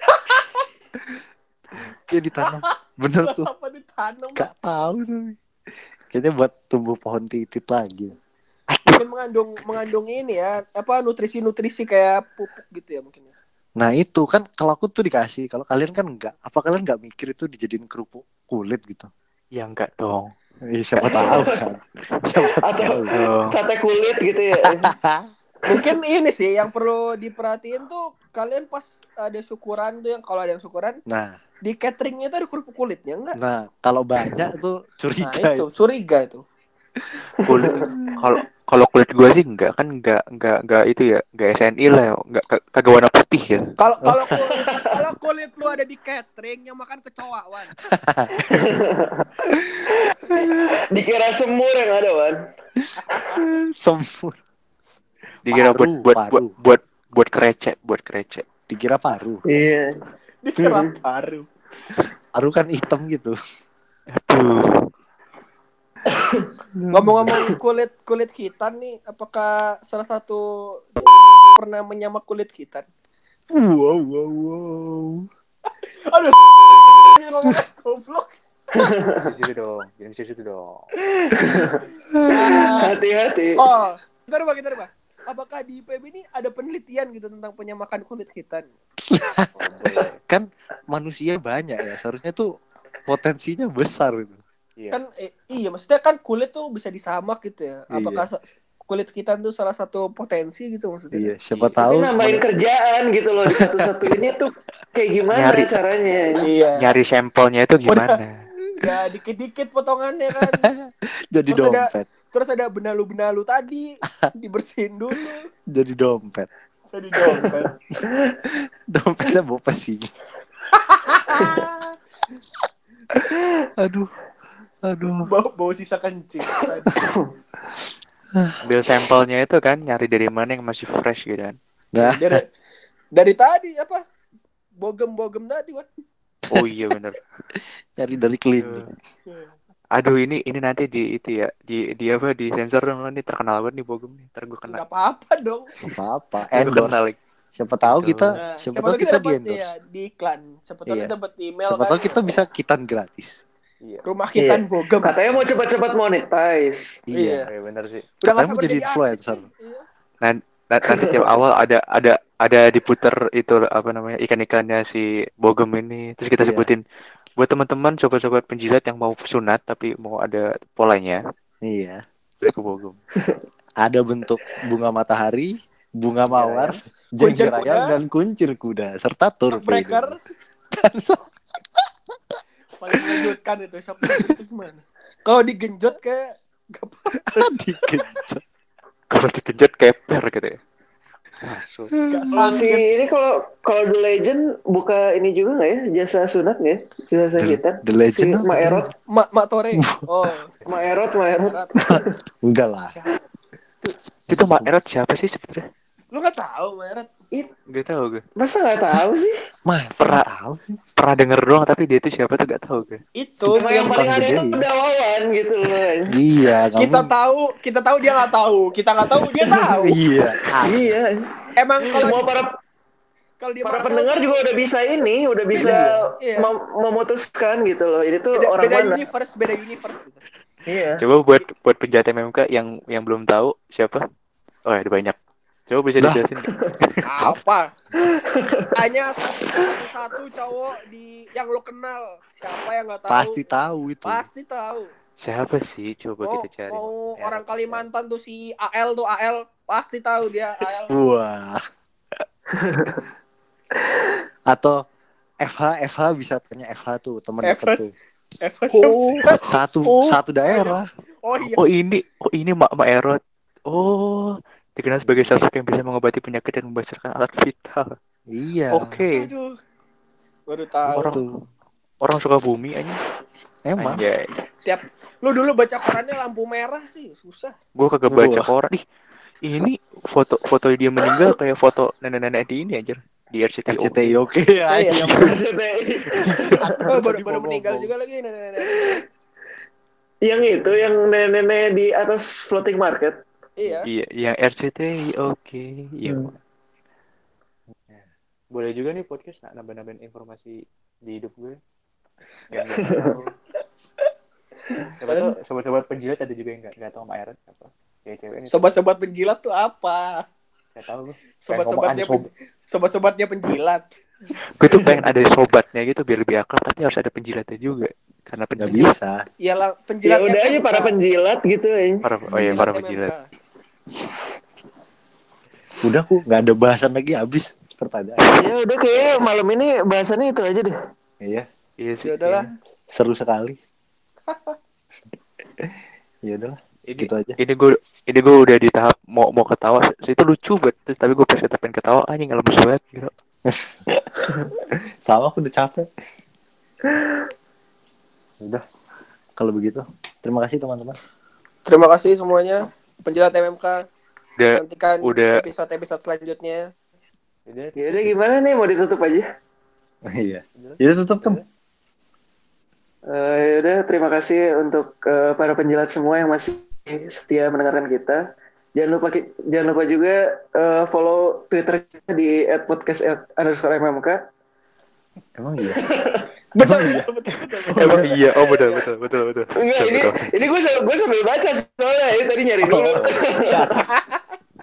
Speaker 6: Dia ditanam. Bener tuh.
Speaker 5: Apa ditanam?
Speaker 6: Gak tahu tuh. Kayaknya buat tumbuh pohon titit lagi.
Speaker 5: Mungkin mengandung ini ya, apa nutrisi kayak pupuk gitu ya mungkin ya.
Speaker 6: Nah itu kan kalau aku tuh dikasih. Kalau kalian kan enggak. Apa kalian enggak mikir itu dijadiin kerupuk kulit gitu?
Speaker 4: Ya enggak dong.
Speaker 6: Siapa tahu kan. Siapa
Speaker 3: Atau
Speaker 4: Dong.
Speaker 3: sate kulit gitu ya.
Speaker 5: Mungkin ini sih yang perlu diperhatiin tuh kalian pas ada syukuran tuh yang kalau ada yang syukuran
Speaker 6: Nah,
Speaker 5: di cateringnya tuh ada kerupuk kulitnya enggak?
Speaker 6: kalau banyak tuh
Speaker 5: Nah
Speaker 6: curiga.
Speaker 5: itu curiga itu.
Speaker 4: Kulit kalau kulit gue sih enggak itu ya, enggak SNI lah ya, enggak kagak warna putih ya.
Speaker 5: Kalau kulit lu ada di catering yang makan kecoa Wan.
Speaker 3: Dikira semur yang ada, Wan.
Speaker 6: Semur.
Speaker 4: Dikira
Speaker 6: Paru.
Speaker 4: buat krecek.
Speaker 6: Dikira paru.
Speaker 3: Iya.
Speaker 5: Dikira paru.
Speaker 6: Paru kan hitam gitu.
Speaker 4: Aduh.
Speaker 5: Ngomong-ngomong kulit hitam nih, apakah salah satu pernah menyamak kulit hitam?
Speaker 6: Wow.
Speaker 5: Aduh, ngomong goblok.
Speaker 4: Jangan situ dong.
Speaker 3: Hati-hati.
Speaker 5: Oh, bentar, Pak. Apakah di IPB ini ada penelitian gitu tentang penyamakan kulit hitam?
Speaker 6: Kan manusia banyak ya. Seharusnya tuh potensinya besar gitu.
Speaker 4: Iya.
Speaker 5: Kan iya, maksudnya kan kulit tuh bisa disamak gitu ya.
Speaker 6: Iya.
Speaker 5: Apakah kulit hitam tuh salah satu potensi gitu maksudnya?
Speaker 6: Iya, siapa
Speaker 3: Tapi
Speaker 6: tahu.
Speaker 3: nambahin kerjaan gitu loh di satu-satu ini tuh kayak gimana
Speaker 4: Nyari.
Speaker 3: caranya?
Speaker 5: Iya.
Speaker 4: Nyari sampelnya itu gimana?
Speaker 5: Ya dikit-dikit potongannya kan.
Speaker 6: Jadi
Speaker 5: Terus
Speaker 6: dompet.
Speaker 5: Terus ada benalu-benalu tadi dibersihin dulu.
Speaker 6: Jadi dompet.
Speaker 5: Jadi dompet.
Speaker 6: Dompetnya bawa pesing. Aduh.
Speaker 5: Bau sisa kencing.
Speaker 4: Ambil sampelnya itu kan, nyari dari mana yang masih fresh gitu kan.
Speaker 6: Nah,
Speaker 5: Dari tadi apa? Bogem tadi, Wan.
Speaker 4: Oh iya bener.
Speaker 6: cari dari klinik.
Speaker 4: Aduh ini nanti di itu ya, di apa, di sensor dong, ini terkenal banget nih Bogem nih. Ntar gue kena.
Speaker 5: Enggak apa-apa dong.
Speaker 6: Apa-apa.
Speaker 4: Gue
Speaker 6: Endorse.
Speaker 4: kenal lagi.
Speaker 6: Siapa tahu kita,
Speaker 5: Nah,
Speaker 6: siapa tahu kita di
Speaker 5: dapat
Speaker 6: endorse.
Speaker 5: ya, di iklan. Siapa tahu
Speaker 6: Iya.
Speaker 5: kita dapat email
Speaker 6: Siapa
Speaker 5: kan.
Speaker 6: tahu kita bisa kitan gratis.
Speaker 4: Iya.
Speaker 5: Rumah hitam
Speaker 3: Iya.
Speaker 5: Bogem.
Speaker 3: Katanya mau cepat-cepat monetize.
Speaker 5: Iya.
Speaker 4: Iya bener sih.
Speaker 5: Udah
Speaker 6: Katanya
Speaker 5: nggak
Speaker 6: mau
Speaker 5: sabar
Speaker 6: jadi
Speaker 5: artis
Speaker 6: influencer.
Speaker 5: nih. Iya.
Speaker 4: Nanti tiap awal ada diputer itu apa namanya, ikan-ikannya si Bogem ini, terus kita
Speaker 6: Iya.
Speaker 4: sebutin buat teman-teman sobat-sobat penjilat yang mau sunat tapi mau ada polanya,
Speaker 6: Iya.
Speaker 4: udah ke Bogem.
Speaker 6: Ada bentuk bunga matahari, bunga mawar,
Speaker 5: Kuncir
Speaker 6: jengger ayam,
Speaker 5: kuda.
Speaker 6: dan kuncir kuda serta
Speaker 5: Shockbreaker.
Speaker 6: torpedo.
Speaker 5: Paling mengejutkan itu shockbreaker itu gimana? Kalau digenjot kayak gak apa-apa.
Speaker 6: Dikencet.
Speaker 4: Kalau dikejut keper gitu ya. Masuk.
Speaker 3: Kalau si ini kalau The Legend buka ini juga nggak ya, jasa sunat nggak ya? Jasa kita.
Speaker 6: The Legend
Speaker 3: Si
Speaker 6: apa?
Speaker 3: Mak Erot.
Speaker 5: Mak Tore. Oh.
Speaker 3: Mak Erot.
Speaker 6: Enggak lah.
Speaker 4: Itu Mak Erot siapa sih sebenarnya?
Speaker 5: Lu nggak tahu Maret?
Speaker 4: Gak tahu gue.
Speaker 3: Masa nggak tahu sih?
Speaker 6: Masa
Speaker 4: Pernah.
Speaker 6: tahu sih.
Speaker 4: Pernah denger doang tapi dia itu siapa tuh gak tahu gue.
Speaker 5: Itu
Speaker 3: Emang yang paling
Speaker 6: Bang
Speaker 3: ada
Speaker 6: Gede.
Speaker 3: itu udah Wawan gitu loh.
Speaker 6: Iya,
Speaker 5: kita
Speaker 6: kamu.
Speaker 5: tahu dia nggak tahu, kita nggak tahu dia tahu.
Speaker 6: Iya.
Speaker 3: Iya.
Speaker 5: Emang
Speaker 3: Semua
Speaker 5: kalau dia
Speaker 3: para
Speaker 5: Marvel
Speaker 3: pendengar
Speaker 5: tuh
Speaker 3: juga udah bisa udah bisa
Speaker 5: Iya.
Speaker 3: memutuskan gitu loh. Ini tuh
Speaker 5: beda,
Speaker 3: orang
Speaker 5: beda
Speaker 3: mana?
Speaker 5: beda universe gitu.
Speaker 3: Iya.
Speaker 4: Coba buat penjahat MMK yang belum tahu siapa? Oh, ada banyak. Coba bisa
Speaker 6: Lah.
Speaker 4: dijelasin.
Speaker 5: Apa? Hanya satu cowok yang lo kenal. Siapa yang nggak tahu?
Speaker 6: Pasti tahu itu.
Speaker 5: Pasti tahu.
Speaker 4: Siapa sih? Coba kita cari.
Speaker 5: Mau orang Kalimantan tuh si AL pasti tahu dia AL.
Speaker 6: Wah. Atau FH bisa tanya FH tuh teman
Speaker 5: FH.
Speaker 6: dekat tuh.
Speaker 5: Oh
Speaker 6: Satu daerah.
Speaker 5: iya.
Speaker 4: Oh ini Mak Erot. Oh, dikenal sebagai sosok yang bisa mengobati penyakit dan membesarkan alat vital.
Speaker 6: Iya.
Speaker 4: Oke.
Speaker 5: Aduh. Baru tahu.
Speaker 4: Orang suka bumi aja.
Speaker 6: Emang.
Speaker 4: Anjay.
Speaker 5: Lu dulu baca korannya lampu merah sih, susah.
Speaker 4: Gue kagak baca koran. Ini foto dia meninggal kayak foto nenek-nenek di ini aja di RCTI.
Speaker 6: RCTI oke.
Speaker 5: Iya.
Speaker 6: Oh,
Speaker 5: baru meninggal juga lagi nenek-nenek.
Speaker 3: Yang itu yang nenek-nenek di atas floating market.
Speaker 5: Iya.
Speaker 4: Iya, yang RCTI oke. Iya. Boleh juga nih podcast nambah-nambahin informasi di hidup gue. Yang nggak tahu. Siapa tahu sobat-sobat penjilat ada juga yang nggak tahu Mak Erot apa. Cewek-cewek ini.
Speaker 5: Sobat-sobat penjilat tuh apa?
Speaker 4: Nggak tahu gue.
Speaker 5: Sobat-sobatnya penjilat.
Speaker 4: Gue tuh pengen ada sobatnya gitu biar lebih akrab, tapi harus ada penjilatnya juga. Karena
Speaker 6: Nggak
Speaker 4: penjilat.
Speaker 6: bisa.
Speaker 5: Iyalah
Speaker 3: Ya
Speaker 5: penjilat.
Speaker 3: udah aja
Speaker 5: MMK.
Speaker 3: para penjilat gitu.
Speaker 4: Para penjilat.
Speaker 5: MMK.
Speaker 6: Udah ku nggak ada bahasan lagi habis pertanyaan.
Speaker 3: Ya udah kayak malam ini bahasannya itu aja deh.
Speaker 6: Iya.
Speaker 4: Iya sih.
Speaker 5: Ya udahlah.
Speaker 6: Seru sekali. Ya udahlah. Gitu aja.
Speaker 4: Ini gue udah di tahap mau ketawa. Itu lucu banget, tapi gue pas pengen ketawa anjing lemes banget gitu.
Speaker 6: Sama aku udah capek. Udah. Kalau begitu, terima kasih teman-teman.
Speaker 5: Terima kasih semuanya penjilat MMK. Nantikan
Speaker 4: udah
Speaker 5: episode selanjutnya.
Speaker 3: Ya udah gimana nih, mau ditutup aja?
Speaker 6: Iya. Ya tutup kan.
Speaker 3: Ya udah, terima kasih untuk para penjilat semua yang masih setia mendengarkan kita. Jangan lupa juga follow Twitter kita di @podcast_mmk.
Speaker 6: Emang iya.
Speaker 5: Betul.
Speaker 4: Emang iya. Oh betul.
Speaker 3: Enggak, ini gue sambil baca soalnya tadi nyari dulu.